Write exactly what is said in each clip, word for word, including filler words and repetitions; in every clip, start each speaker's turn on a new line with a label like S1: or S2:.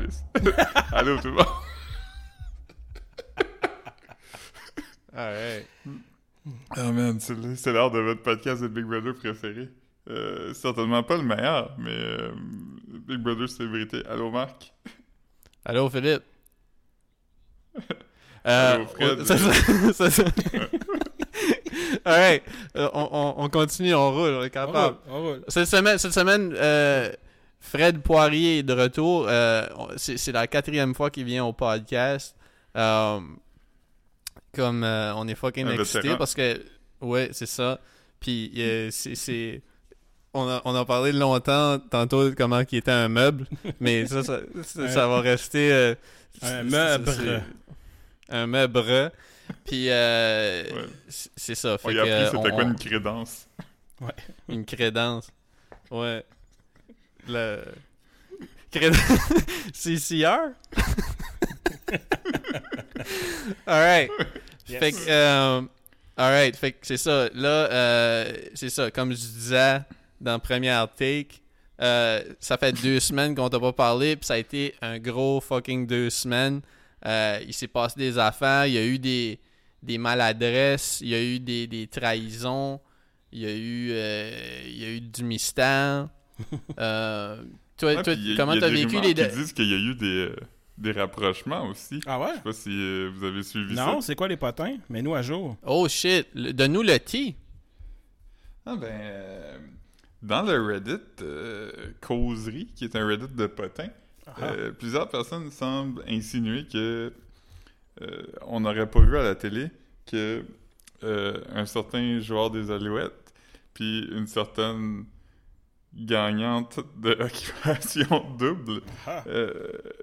S1: câlisse. Allô, tout le monde.
S2: Alright.
S1: Oh man, c'est, c'est l'heure de votre podcast de Big Brother préféré. Euh, certainement pas le meilleur, mais euh, Big Brother célébrité. Allô, Marc?
S2: Allô, Philippe?
S1: Allô,
S2: euh,
S1: Fred?
S2: on- ça, ça, ça, ça. Alright. Euh, on, on, on continue, on roule, on est
S3: On
S2: capable.
S3: roule, on roule.
S2: Cette semaine, cette semaine euh, Fred Poirier est de retour. Euh, on- c'est, c'est la quatrième fois qu'il vient au podcast. Euh, comme euh, on est fucking
S1: Un
S2: excités
S1: vétéran.
S2: parce que... Ouais, c'est ça. Puis euh, c'est... c'est on, a, on a parlé longtemps tantôt de comment il était un meuble. Mais ça, ça, ça, ça va rester... euh,
S3: Un
S2: c'est-
S3: meuble.
S2: c'est- Un meuble. Puis euh,
S1: Ouais.
S2: c'est, c'est ça. Fait
S1: On y a
S2: que,
S1: appris c'était
S2: on-
S1: quoi
S2: on-
S1: une crédence.
S2: une crédence. Ouais. Le... Crédence... C C R? Alright.
S3: Yes.
S2: Fait que... Euh... Alright. Fait que c'est ça. Là, euh, c'est ça. Comme je disais dans la première take, euh, ça fait deux semaines qu'on t'a pas parlé, puis ça a été un gros fucking deux semaines. Euh, il s'est passé des affaires, il y a eu des, des maladresses, il y a eu des, des trahisons, il y a eu, euh, il y a eu du mystère. Euh, toi,
S1: Ouais,
S2: toi
S1: puis il y a-
S2: comment
S1: il y a
S2: t'as
S1: des
S2: vécu
S1: rumeurs
S2: les
S1: qui
S2: deux?
S1: disent qu'il y a eu des, euh, des rapprochements aussi.
S3: Ah ouais?
S1: Je sais pas si euh, vous avez suivi ça.
S3: Non, c'est quoi les potins? Mets-nous à jour.
S2: Oh shit, Le- donne-nous le T.
S1: Ah ben, euh, dans le Reddit euh, Causerie, qui est un Reddit de potins,
S3: Ah.
S1: euh, plusieurs personnes semblent insinuer que euh, on n'aurait pas vu à la télé que euh, un certain joueur des Alouettes puis une certaine gagnante de occupation double
S3: Ah.
S1: euh,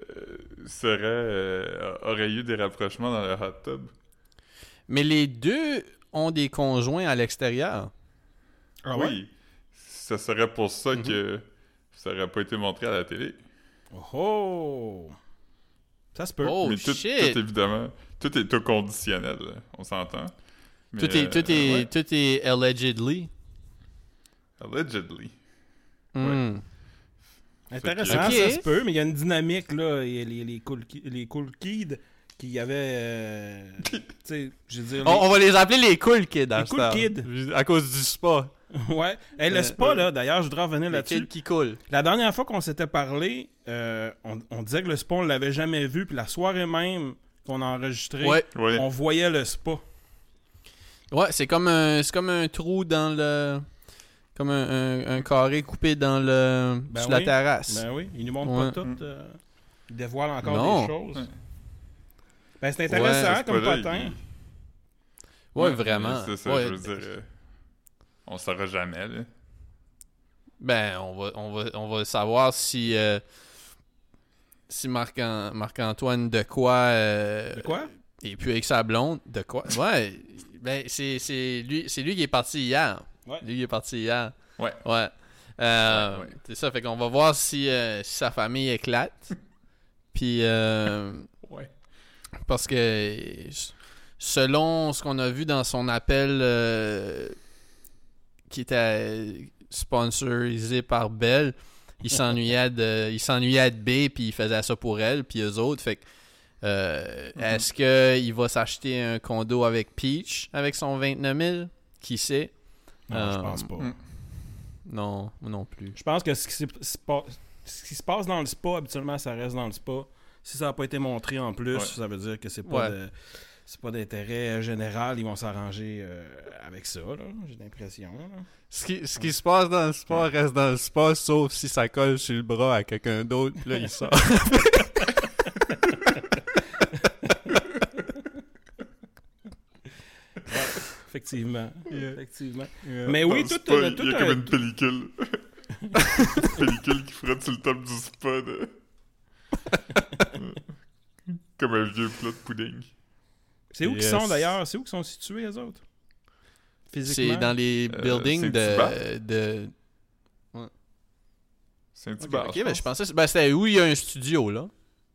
S1: serait euh, aurait eu des rapprochements dans le hot tub.
S2: Mais les deux ont des conjoints à l'extérieur.
S3: Ah ouais?
S1: Oui, ce serait pour ça
S2: Mhm.
S1: que ça aurait pas été montré à la télé.
S3: Oh oh! Ça se peut.
S2: Oh
S1: Mais tout,
S2: shit!
S1: tout, évidemment, tout est tout conditionnel, là, on s'entend. Mais,
S2: Tout est,
S1: euh,
S2: tout est,
S1: ouais,
S2: tout est allegedly.
S1: allegedly.
S2: Hmm.
S3: Intéressant,
S2: Ok.
S3: ça se peut, mais il y a une dynamique, là. Il y a les, les, cool, ki- les cool kids qui avaient. Euh, tu sais, je veux dire.
S2: On, on va les appeler les cool kids à
S3: Les
S2: ce
S3: cool
S2: temps.
S3: kids.
S2: À cause du spa.
S3: les- Ouais. Hey, le
S2: Euh,
S3: spa, là, d'ailleurs, je voudrais revenir
S2: Les
S3: là-dessus.
S2: kids qui coulent.
S3: La dernière fois qu'on s'était parlé, euh, on, on disait que le spa, on l'avait jamais vu, puis la soirée même qu'on a enregistré,
S2: Ouais.
S1: Ouais.
S3: on voyait le spa.
S2: Ouais, c'est comme un, c'est comme un trou dans le. Comme un, un, un carré coupé dans le.
S3: Ben
S2: sur
S3: oui.
S2: la terrasse.
S3: Ben oui, ils nous montrent
S2: Ouais.
S3: pas tout. euh, ils dévoilent encore
S2: Non.
S3: des choses.
S1: Ouais.
S3: Ben c'est intéressant
S1: C'est
S3: comme
S1: pas là,
S3: potin.
S1: il-
S2: Ouais, vraiment.
S1: C'est ça,
S2: Ouais.
S1: je veux dire. euh, on saura jamais, là.
S2: Ben, on va, on va, on va savoir si. euh, si Marc- Marc-Antoine de quoi. euh,
S3: De quoi?
S2: Et puis avec sa blonde, de quoi? Ouais, ben c'est, c'est, lui, c'est lui qui est parti hier.
S3: Ouais.
S2: Lui qui est parti hier.
S1: Ouais.
S2: Ouais. Euh,
S1: Ouais, ouais.
S2: C'est ça, fait qu'on va voir si, euh, si sa famille éclate. Puis, euh,
S1: Ouais.
S2: parce que selon ce qu'on a vu dans son appel euh, qui était sponsorisé par Bell, il s'ennuyait de, il s'ennuyait de B, puis il faisait ça pour elle, puis eux autres. Fait que Euh,
S1: Mhm.
S2: Est-ce qu'il va s'acheter un condo avec Peach avec son vingt-neuf mille? Qui sait?
S3: Non, je
S2: Euh,
S3: pense pas.
S1: mm.
S2: Non, moi non plus.
S3: Je pense que ce qui, s'est- se pa- ce qui se passe dans le spa, habituellement, ça reste dans le spa. Si ça n'a pas été montré en plus,
S1: Ouais.
S3: ça veut dire que c'est pas
S2: Ouais.
S3: de- c'est pas d'intérêt général. Ils vont s'arranger euh, avec ça, là. J'ai l'impression. là.
S2: Ce qui, ce qui se passe dans le spa reste dans le spa, sauf si ça colle sur le bras à quelqu'un d'autre, puis là, il sort.
S3: Effectivement.
S2: Yeah.
S3: Effectivement.
S2: Yeah.
S3: Mais oui,
S1: Dans le
S3: tout,
S1: spa,
S3: euh,
S1: il
S3: tout
S1: y a
S3: un-
S1: comme une pellicule. Une pellicule qui frotte sur le top du spa. De... comme un vieux plat de pudding.
S3: C'est où qu'ils
S2: Yes.
S3: sont d'ailleurs? C'est où qu'ils sont situés, les autres? Physiquement?
S2: C'est dans les
S1: Euh,
S2: buildings
S1: Saint-Hubert.
S2: de... de...
S1: C'est un petit
S3: Ok,
S1: bar.
S2: Ok, ben je pensais... Ben c'était où il y a un studio, là.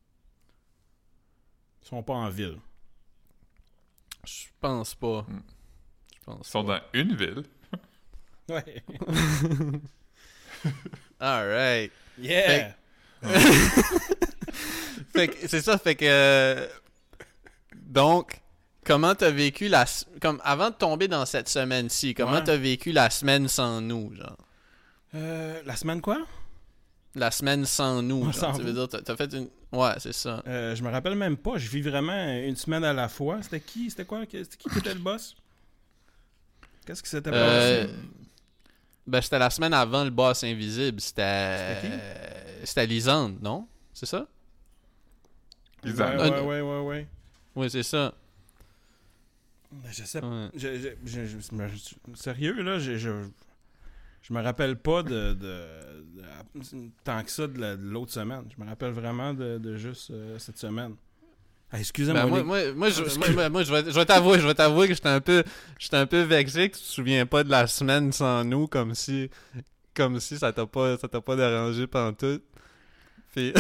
S3: Ils sont pas en ville.
S2: Je pense pas.
S1: Hmm.
S2: Je pense
S1: Ils sont dans une ville.
S3: Ouais.
S2: Alright.
S3: Yeah!
S2: Fait que c'est ça, fait que... euh, Donc, comment t'as vécu la... s- Comme, avant de tomber dans cette semaine-ci, comment
S3: Ouais.
S2: t'as vécu la semaine sans nous, genre?
S3: Euh, la semaine quoi?
S2: La semaine sans nous,
S3: Ouais,
S2: genre.
S3: sans
S2: Tu veux
S3: vous.
S2: dire, t'as, t'as fait une... Ouais, c'est ça.
S3: Euh, je me rappelle même pas. Je vis vraiment une semaine à la fois. C'était qui? C'était quoi? C'était qui qui était le boss? Qu'est-ce qui s'était
S2: Euh,
S3: passé?
S2: Ben, c'était la semaine avant le boss invisible. C'était...
S3: C'était qui?
S2: euh, C'était Lisande, non? C'est ça?
S1: Ils
S3: Ouais,
S1: en-
S3: ouais,
S2: Euh,
S3: ouais, ouais, ouais.
S2: Oui, c'est ça.
S3: Je sais pas.
S2: Ouais.
S3: Je, je, je, je- je- je- sérieux, là, je, je, je me rappelle pas de, de, de- tant que ça de, la- de l'autre semaine. Je me rappelle vraiment de, de juste euh, cette semaine. Ah, excusez-moi.
S2: Ben, moi,
S3: les-
S2: moi, moi, je,
S3: Parce
S2: moi,
S3: que-
S2: moi, moi, je vais, je vais t'avouer, je vais t'avouer que j'étais un peu, j'étais un peu vexé que tu te souviens pas de la semaine sans nous, comme si, comme si ça t'a pas, ça t'a pas dérangé pendant tout. Puis,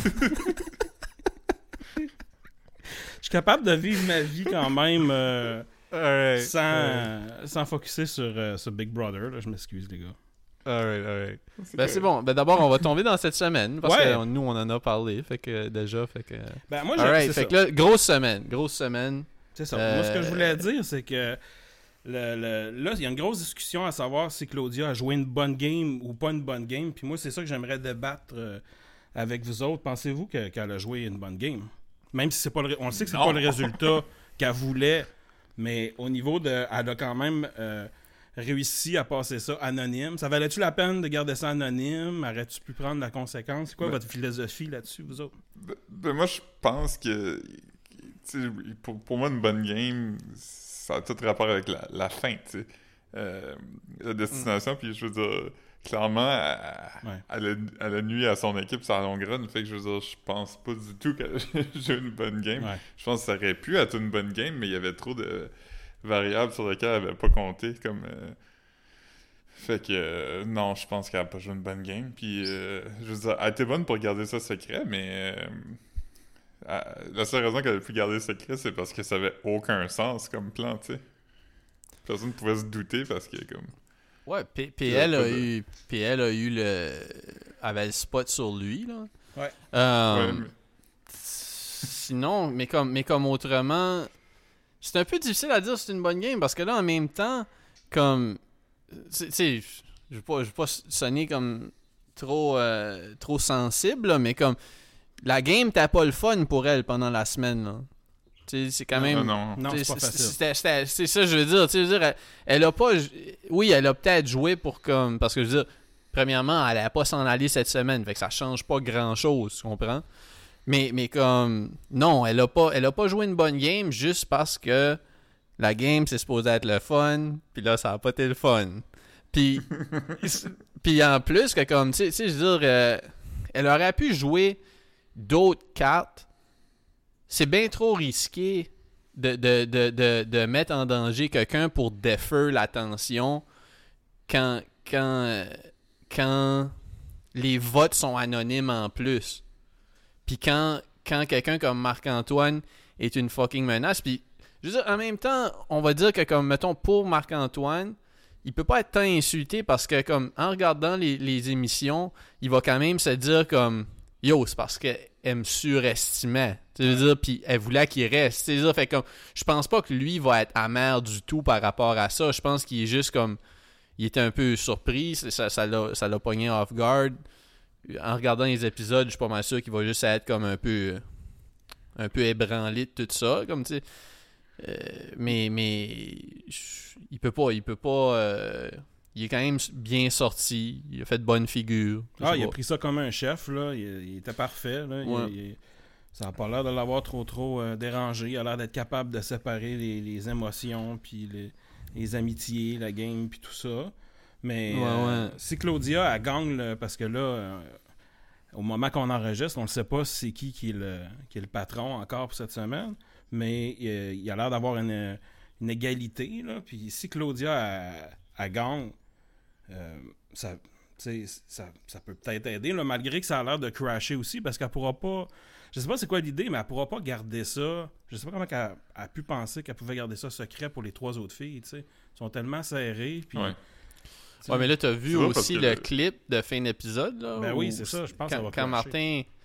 S3: Je suis capable de vivre ma vie quand même euh,
S2: alright,
S3: sans,
S2: alright,
S3: sans focusser sur, euh, sur Big Brother. Là. Je m'excuse, les gars.
S2: alright, alright.
S1: C'est
S2: Ben, c'est bon. Ben, d'abord, on va tomber dans cette semaine, parce
S3: Ouais.
S2: que nous, on en a parlé, fait que, déjà, fait que...
S3: Ben, moi, je-
S2: Alright,
S3: c'est
S2: fait
S3: ça.
S2: que là, grosse semaine, grosse semaine.
S3: C'est ça.
S2: Euh,
S3: Moi, ce que je voulais dire, c'est que le, le- là, il y a une grosse discussion à savoir si Claudia a joué une bonne game ou pas une bonne game. Puis moi, c'est ça que j'aimerais débattre euh, avec vous autres. Pensez-vous que- qu'elle a joué une bonne game? Même si c'est pas le, ré- on sait que c'est
S1: Non.
S3: pas le résultat qu'elle voulait, mais au niveau de... Elle a quand même euh, réussi à passer ça anonyme. Ça valait-tu la peine de garder ça anonyme? Aurais-tu pu prendre la conséquence? C'est quoi
S1: Ben-
S3: votre philosophie là-dessus, vous autres?
S1: Ben, ben, moi, je pense que. Tu sais, pour, pour moi, une bonne game, ça a tout rapport avec la, la fin, tu sais. Euh, la destination, puis je veux dire, clairement, elle,
S3: Ouais.
S1: elle a, elle a nuit à son équipe sur la longue run, fait que je veux dire, je pense pas du tout qu'elle a joué une bonne game.
S3: Ouais.
S1: Je pense que ça aurait pu être une bonne game, mais il y avait trop de variables sur lesquelles elle avait pas compté, comme... euh, Fait que, euh, non, je pense qu'elle a pas joué une bonne game. Puis, euh, je veux dire, elle était bonne pour garder ça secret, mais euh, elle- la seule raison qu'elle a pu garder secret, c'est parce que ça avait aucun sens comme plan, tu sais. Personne ne pouvait se douter parce que, comme...
S2: Ouais, P-
S1: Il y
S2: PL
S1: a pas
S2: a
S1: de-
S2: eu, PL a eu le, avait le spot sur lui, là.
S3: Ouais.
S2: Euh,
S1: Ouais, mais-
S2: Sinon, mais comme, mais comme autrement, c'est un peu difficile à dire si c'est une bonne game parce que là, en même temps, comme, tu sais, je veux pas, je veux pas sonner comme trop, euh, trop sensible, là, mais comme, la game t'as pas le fun pour elle pendant la semaine, là. Tu sais, c'est quand même...
S1: Non, non.
S3: Non,
S2: T'sais,
S3: c'est pas
S2: c'est-
S3: facile.
S2: c'était- c'était- C'est ça que je veux dire. Tu sais, je veux dire, elle, elle a pas... Oui, elle a peut-être joué pour comme... Parce que je veux dire, premièrement, elle allait pas s'en aller cette semaine. Fait que ça change pas grand-chose, tu comprends? Mais, mais comme... Non, elle a pas, elle a pas joué une bonne game juste parce que la game, c'est supposé être le fun. Puis là, ça a pas été le fun. Puis... puis en plus, que comme... Tu sais- tu sais, je veux dire... euh, elle aurait pu jouer d'autres cartes. C'est bien trop risqué de, de, de, de, de mettre en danger quelqu'un pour défaire l'attention quand, quand, euh, quand les votes sont anonymes en plus. Puis quand, quand quelqu'un comme Marc-Antoine est une fucking menace. Puis, je veux dire, en même temps, on va dire que, comme, mettons, pour Marc-Antoine, il peut pas être tant insulté parce que, comme, en regardant les, les émissions, il va quand même se dire, comme, yo, c'est parce qu'elle me surestimait. Tu veux dire, puis elle voulait qu'il reste. Tu sais, fait comme, je pense pas que lui va être amer du tout par rapport à ça. Je pense qu'il est juste comme, il était un peu surpris. Ça, ça l'a, ça l'a pogné off guard. En regardant les épisodes, je suis pas mal sûr qu'il va juste être comme un peu, un peu ébranlé de tout ça, comme tu sais. Euh, mais, mais, je- il peut pas, il peut pas. euh, il est quand même bien sorti. Il a fait de bonnes figures. Je
S3: Ah,
S2: sais
S3: il a
S2: pas.
S3: pris ça comme un chef, là. Il, il était parfait, là. Il-
S2: Ouais.
S3: il- ça n'a pas l'air de l'avoir trop, trop euh, dérangé. Il a l'air d'être capable de séparer les, les émotions, puis les, les amitiés, la game, puis tout ça. Mais
S2: Ouais,
S3: euh,
S2: ouais.
S3: si Claudia, elle gagne, là, parce que là, euh, au moment qu'on enregistre, on ne sait pas c'est qui qui est, le, qui est le patron encore pour cette semaine, mais euh, il a l'air d'avoir une, une égalité, là. Puis si Claudia, elle, elle gagne, euh, ça... Tu sais, ça, ça peut peut-être aider, là, malgré que ça a l'air de crasher aussi, parce qu'elle pourra pas... Je sais pas c'est quoi l'idée, mais elle pourra pas garder ça... Je sais pas comment elle a pu penser qu'elle pouvait garder ça secret pour les trois autres filles, tu sais. Ils sont tellement serrés, puis...
S1: Ouais.
S3: tu sais,
S2: Ouais, mais là, t'as vu
S1: C'est vrai, parce
S2: aussi
S1: que
S2: le
S1: le-
S2: clip de fin d'épisode, là?
S3: Ben
S2: où-
S3: oui, c'est ça, je pense que
S2: quand,
S3: ça va
S2: quand
S3: crasher.
S2: Martin...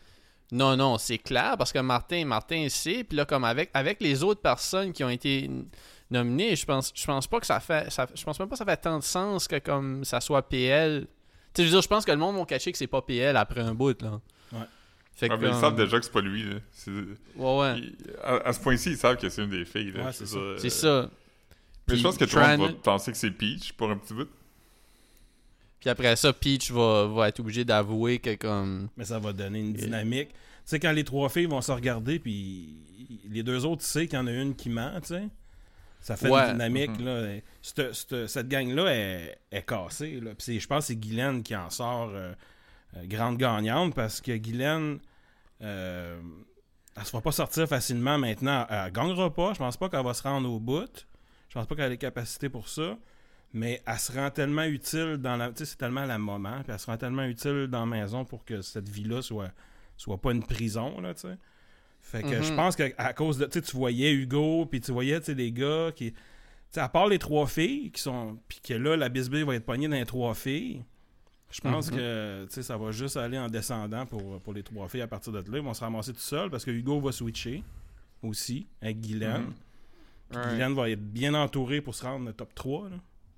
S2: Non, non, c'est clair parce que Martin, Martin sait. Puis là, comme avec, avec les autres personnes qui ont été n- nominées, je pense, je pense pas que ça fait. Ça, je pense même pas que ça fait tant de sens que comme ça soit P L. Tu sais, je veux dire, je pense que le monde va cacher que c'est pas P L après un bout, là.
S3: Ouais.
S2: Fait
S1: Ouais,
S2: que,
S1: mais ils
S2: comme-
S1: savent déjà que c'est pas lui. Là. C'est...
S2: Ouais, ouais.
S1: ils- à, à ce point-ci, ils savent que c'est une des filles. Là.
S3: Ouais, c'est ça.
S1: ça.
S2: C'est ça.
S1: Mais
S2: Puis
S1: je pense que tout le monde
S2: Tran-
S1: va penser que c'est Peach pour un petit bout.
S2: Puis après ça, Peach va, va être obligé d'avouer que comme.
S3: Mais ça va donner une dynamique. Tu sais, quand les trois filles vont se regarder, puis les deux autres, tu sais qu'il y en a une qui ment, tu sais. Ça fait
S2: Ouais.
S3: une dynamique,
S1: Mhm.
S3: là. Cette, cette, cette gang-là est, est cassée, là. Puis c'est- je pense que c'est Guylaine qui en sort euh, euh, grande gagnante, parce que Guylaine, euh, elle se fera pas sortir facilement maintenant. Elle, elle gagnera pas. Je pense pas qu'elle va se rendre au bout. Je pense pas qu'elle a les capacités pour ça. Mais elle se rend tellement utile dans la... Tu sais, c'est tellement la moment. Puis elle se rend tellement utile dans la maison pour que cette vie-là soit, soit pas une prison, là, tu sais. Fait que
S2: Mhm.
S3: je pense qu'à cause de... Tu sais, tu voyais Hugo, puis tu voyais, tu sais, des gars qui... Tu sais, à part les trois filles qui sont... Puis que là, la bisbille va être pognée dans les trois filles. Je pense
S2: Mhm.
S3: que, tu sais, ça va juste aller en descendant pour, pour les trois filles à partir de là. Ils vont se ramasser tout seuls parce que Hugo va switcher aussi avec Guylaine.
S1: Mhm.
S3: Puis
S2: Ouais.
S3: Guylaine va être bien entourée pour se rendre au top trois, là.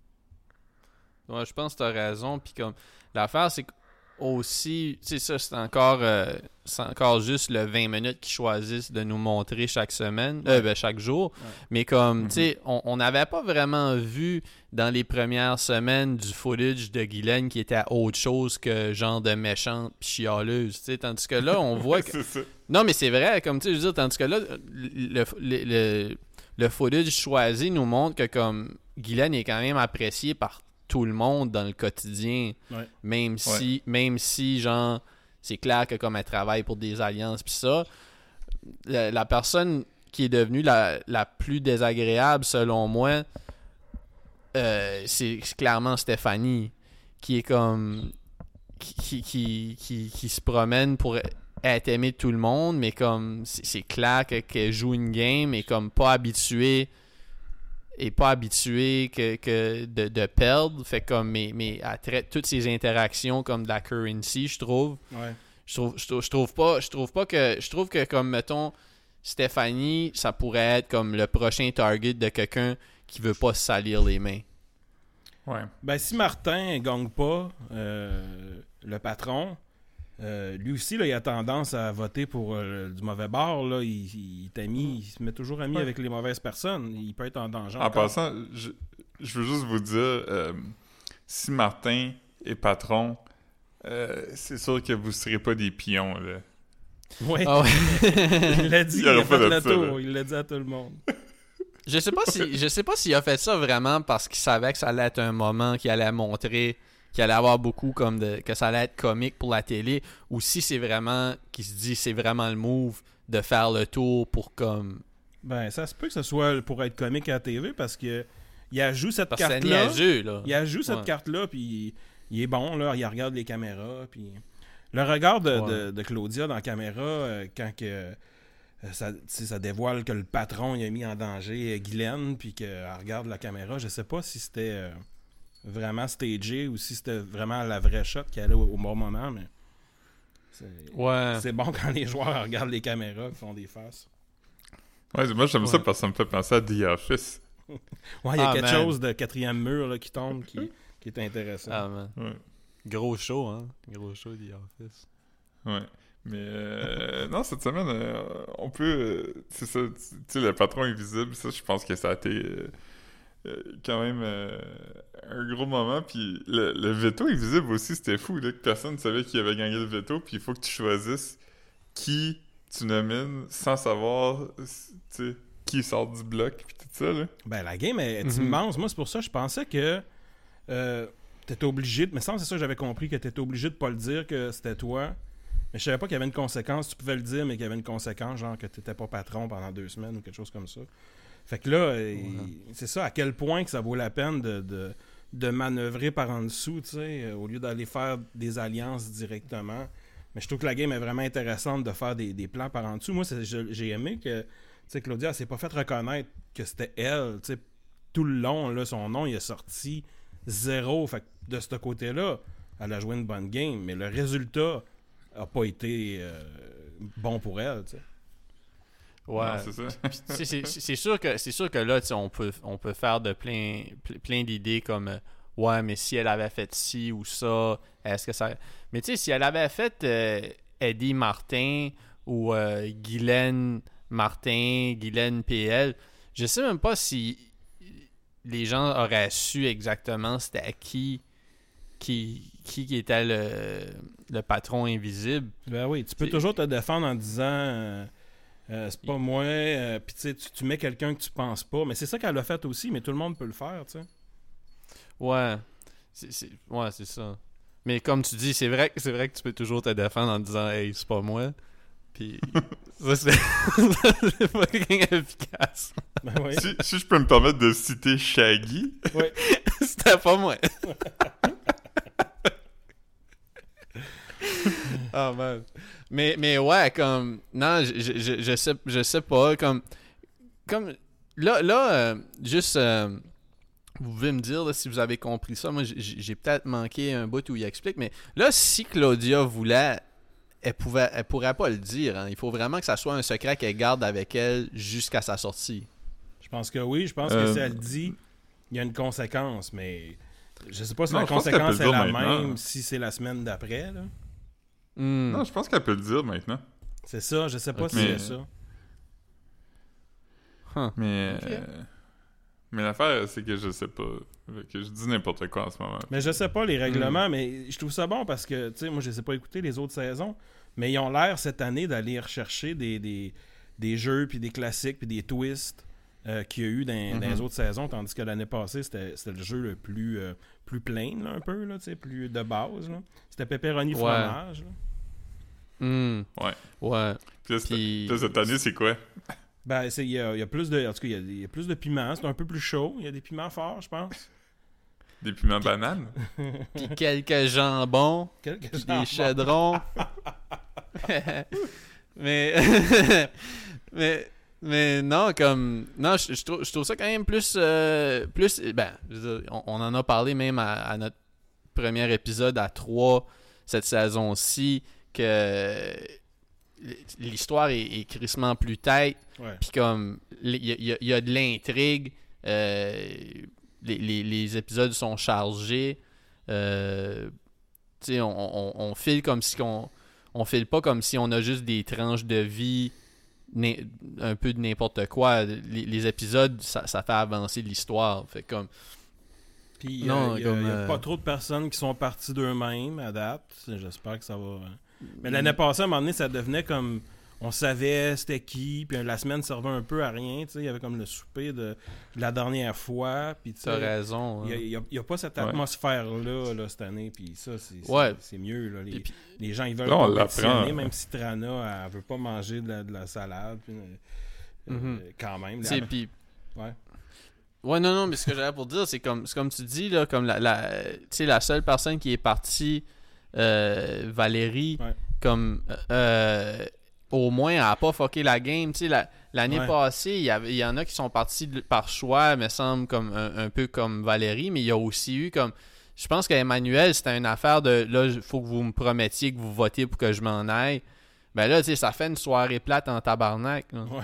S2: Ouais, je pense que t'as raison. Puis comme l'affaire, c'est que aussi, tu sais, ça, c'est encore, euh, c'est encore juste le vingt minutes qu'ils choisissent de nous montrer chaque semaine, euh, ben, chaque jour.
S3: Ouais.
S2: Mais comme,
S1: Mhm.
S2: tu sais, on on n'avait pas vraiment vu dans les premières semaines du footage de Guylaine qui était à autre chose que genre de méchante pis chialeuse, tu sais. Tandis que là, on voit que.
S1: c'est ça.
S2: Non, mais c'est vrai, comme tu sais, je veux dire, tandis que là, le, le, le, le footage choisi nous montre que comme Guylaine est quand même appréciée par tout le monde dans le quotidien,
S3: Ouais.
S2: même si, même si, genre, c'est clair que comme elle travaille pour des alliances pis ça, la, la personne qui est devenue la, la plus désagréable, selon moi, euh, c'est c'est clairement Stéphanie, qui est comme... qui, qui, qui, qui, qui se promène pour être aimée de tout le monde, mais comme c'est c'est clair que- qu'elle joue une game et comme pas habituée et pas habituée que, que de, de perdre, fait comme mais, mais elle traite toutes ses interactions comme de la currency, je trouve.
S3: Ouais.
S2: Je trouve, je trouve, je trouve pas, je trouve pas que, je trouve que comme mettons Stéphanie, ça pourrait être comme le prochain target de quelqu'un qui veut pas se salir les mains.
S1: Ouais.
S3: Ben, si Martin gagne pas euh, le patron, euh, lui aussi, là, il a tendance à voter pour euh, du mauvais bord. Là. Il, il, est ami, il se met toujours ami
S1: Ouais.
S3: avec les mauvaises personnes. Il peut être en danger.
S1: En
S3: encore.
S1: passant, je, je veux juste vous dire, euh, si Martin est patron, euh, c'est sûr que vous serez pas des pions, là.
S3: Ouais.
S2: Ah ouais.
S3: Il l'a dit,
S1: Il
S3: il,
S1: y aura
S3: a
S1: pas
S3: fait
S1: de
S3: le
S1: ça,
S3: tour.
S1: là.
S3: Il l'a dit à tout le monde.
S2: Je sais pas si je sais pas s'il a fait ça vraiment parce qu'il savait que ça allait être un moment qui allait montrer qu'il allait avoir beaucoup comme de que ça allait être comique pour la télé, ou si c'est vraiment qu'il se dit c'est vraiment le move de faire le tour pour comme
S3: Ben, ça se peut que ce soit pour être comique à la T V parce que il ajoute cette
S2: parce que c'est
S3: carte-là.
S2: niaiseux là.
S3: Il ajoute cette
S2: Ouais.
S3: carte-là, puis il, il est bon, là. Il regarde les caméras, puis... Le regard de,
S2: Ouais.
S3: de, de Claudia dans la caméra, euh, quand que, euh, ça, tu sais, ça dévoile que le patron il a mis en danger euh, Guylaine, puis qu'elle regarde la caméra, je sais pas si c'était euh, vraiment stagé ou si c'était vraiment la vraie shot qui allait au, au bon moment, mais... C'est,
S2: Ouais.
S3: c'est bon quand les joueurs regardent les caméras et font des faces.
S1: Ouais, moi j'aime ça
S2: Ouais.
S1: parce que ça me fait penser à The Office.
S3: Ouais, il y a
S2: Ah,
S3: quelque
S2: man.
S3: chose de quatrième mur là, qui tombe qui, qui est intéressant.
S2: Ah, man.
S1: Ouais.
S2: Gros show hein, gros show The Office.
S1: Ouais. Mais euh, non, cette semaine, euh, on peut. euh, c'est ça, tu tu sais, le patron invisible, ça, je pense que ça a été euh, euh, quand même euh, un gros moment. Puis le, le veto invisible aussi, c'était fou, là, que personne ne savait qui avait gagné le veto. Puis il faut que tu choisisses qui tu nomines sans savoir, tu sais, qui sort du bloc, puis tout ça, là.
S3: Ben, la game est, est
S2: Mhm.
S3: immense. Moi, c'est pour ça que je pensais que euh, t'étais obligé de... Mais ça, c'est ça que j'avais compris, que t'étais obligé de pas le dire que c'était toi. Mais je savais pas qu'il y avait une conséquence. Tu pouvais le dire, mais qu'il y avait une conséquence, genre que t'étais pas patron pendant deux semaines ou quelque chose comme ça. Fait que là, euh, il- c'est ça, à quel point que ça vaut la peine de, de, de manœuvrer par en dessous, tu sais, euh, au lieu d'aller faire des alliances directement. Mais je trouve que la game est vraiment intéressante de faire des, des plans par en dessous. Moi, c'est- je- j'ai aimé que, tu sais, Claudia, elle s'est pas fait reconnaître que c'était elle, tu sais, tout le long, là, son nom, il est sorti zéro. Fait que de ce côté-là, elle a joué une bonne game, mais le résultat a pas été euh, bon pour elle, tu sais.
S2: Ouais.
S1: Non, c'est ça.
S2: Puis, tu sais, c'est, c'est sûr que c'est sûr que là, tu sais, on peut on peut faire de plein plein d'idées comme euh, ouais, mais si elle avait fait ci ou ça, est-ce que ça. Mais tu sais, si elle avait fait euh, Eddie Martin ou euh, Guylaine Martin, Guylaine P L, je sais même pas si les gens auraient su exactement c'était à qui qui qui était le, le patron invisible.
S3: Ben oui, tu peux
S2: C'est-
S3: toujours te défendre en disant euh, euh, c'est pas moi, euh, puis tu sais, tu tu mets quelqu'un que tu penses pas, mais c'est ça qu'elle a fait aussi, mais tout le monde peut le faire, tu sais.
S2: Ouais. C'est, c'est- ouais, c'est ça. Mais comme tu dis, c'est vrai, que- c'est vrai que tu peux toujours te défendre en disant hey, c'est pas moi. Puis ça, c'est, c'est fucking efficace.
S3: Ben oui.
S1: si, si je peux me permettre de citer Shaggy,
S3: Oui.
S2: C'était pas moi. Oh man. Mais, mais ouais, comme. Non, je, je, je, je sais, je sais pas. Comme. Comme. Là, là euh, juste. euh, vous pouvez me dire là, si vous avez compris ça. Moi, j'ai, j'ai peut-être manqué un bout où il explique. Mais là, si Claudia voulait. Elle, pouvait, elle pourrait pas le dire. Hein. Il faut vraiment que ça soit un secret qu'elle garde avec elle jusqu'à sa sortie.
S3: Je pense que oui, je pense que
S1: Euh,
S3: si elle le dit, il y a une conséquence, mais je sais pas si
S1: Non,
S3: la
S1: je pense qu'elle peut
S3: conséquence
S1: le
S3: est
S1: dire
S3: la
S1: maintenant.
S3: même si c'est la semaine d'après, là.
S2: Hmm.
S1: non, je pense qu'elle peut le dire maintenant.
S3: C'est ça, je sais pas
S2: Ok.
S3: si c'est
S1: Mais-
S3: ça.
S2: Huh.
S1: Mais,
S2: Ok.
S1: euh, mais l'affaire, c'est que je sais pas. Fait que je dis n'importe quoi en ce moment.
S3: Mais je sais pas les règlements,
S1: Hmm.
S3: mais je trouve ça bon parce que, tu sais, moi je les ai pas écoutés les autres saisons, mais ils ont l'air cette année d'aller rechercher des, des, des jeux, puis des classiques, puis des twists euh, qu'il y a eu dans, dans les
S1: Mhm.
S3: autres saisons, tandis que l'année passée, c'était, c'était le jeu le plus, euh, plus plain, là, un peu, là, tu sais, plus de base. Là. C'était pepperoni
S2: Ouais.
S3: fromage. Là.
S2: Hmm.
S1: Ouais.
S2: Ouais.
S1: Puis là, cette-
S2: Puis-
S1: puis là, cette année, c'est quoi?
S3: Ben, c'est- il y a, il y a plus de, en tout cas, il y a, il y a plus de piment, c'est un peu plus chaud, il y a des piments forts, je pense.
S1: Des piments bananes?
S2: Puis quelques jambons.
S3: Quelque
S2: Puis
S3: chose.
S2: des chaudrons. mais, mais, mais non, comme. Non, je, je trouve, je trouve ça quand même plus. euh, plus ben, je veux dire, on, on en a parlé même à, à notre premier épisode à trois cette saison-ci, que l'histoire est, est crissement plus tête.
S3: Ouais.
S2: Puis comme, il y, a- il y a- il y a de l'intrigue. euh, les, les- les épisodes sont chargés. Euh, tu sais, on, on, on file comme si on, on file pas comme si on a juste des tranches de vie, n'im- un peu de n'importe quoi. Les, les épisodes, ça, ça fait avancer l'histoire. Fait comme,
S3: Puis il y
S2: Non,
S3: a, il y a-
S2: comme,
S3: il y a
S2: euh,
S3: pas trop de personnes qui sont parties d'eux-mêmes à date. J'espère que ça va. hein. Mais l'année passée, à un moment donné, ça devenait comme. On savait c'était qui, puis la semaine servait un peu à rien. Tu sais, il y avait comme le souper de, de la dernière fois. Puis tu
S2: t'as
S3: sais,
S2: raison.
S3: il
S2: hein.
S3: n'y a, il y a pas cette
S1: Ouais.
S3: atmosphère-là là, cette année. Puis ça, c'est c'est-
S2: Ouais.
S3: c'est mieux. Là. Les,
S2: Et puis-
S3: les gens, ils veulent
S1: Là, on
S3: compétitionner,
S1: l'apprend.
S3: même si Trana, elle veut pas manger de la, de la salade. Puis, euh,
S2: Mhm.
S3: euh, quand même.
S2: Tu sais,
S3: là,
S2: puis-
S3: ouais.
S2: Ouais, non, non, mais ce que j'avais pour dire, c'est comme, c'est comme tu dis, là, comme la, la, tu sais, la seule personne qui est partie, euh, Valérie,
S3: Ouais.
S2: comme, euh, au moins, elle n'a pas fucké la game. Tu sais, la, l'année
S3: Ouais.
S2: passée, il y, avait, il y en a qui sont partis de- par choix, me semble, comme un, un peu comme Valérie, mais il y a aussi eu comme, je pense qu'Emmanuel, c'était une affaire de, là, il faut que vous me promettiez que vous votez pour que je m'en aille. Ben là, tu sais, ça fait une soirée plate en tabarnak, là.
S3: Ouais.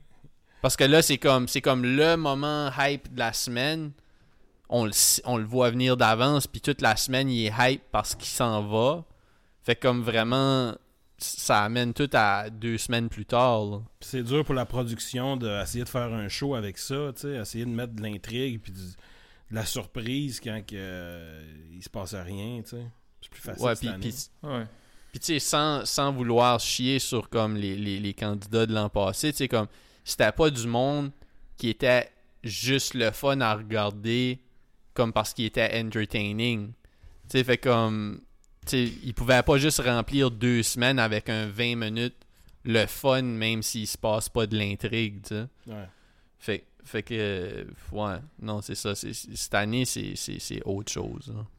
S2: Parce que là, c'est comme c'est comme le moment hype de la semaine. On le, s- on le voit venir d'avance, puis toute la semaine, il est hype parce qu'il s'en va. Fait que comme vraiment, ça amène tout à deux semaines plus tard. là.
S3: Puis c'est dur pour la production d'essayer de faire un show avec ça, tu sais, essayer de mettre de l'intrigue puis du- de la surprise quand que, euh, il se passe rien, tu sais. C'est plus facile
S2: Ouais,
S3: cette
S2: puis,
S3: année.
S2: puis,
S1: Ouais.
S2: puis tu sais, sans, sans vouloir chier sur comme les, les, les candidats de l'an passé, tu sais, comme c'était pas du monde qui était juste le fun à regarder comme parce qu'il était entertaining. Tu sais, fait comme, tu sais, ils pouvaient pas juste remplir deux semaines avec un vingt minutes le fun, même s'il se passe pas de l'intrigue, tu sais.
S3: Ouais.
S2: Fait, fait que, euh, ouais, non, c'est ça. C'est, c'est- cette année, c'est, c'est, c'est autre chose. là.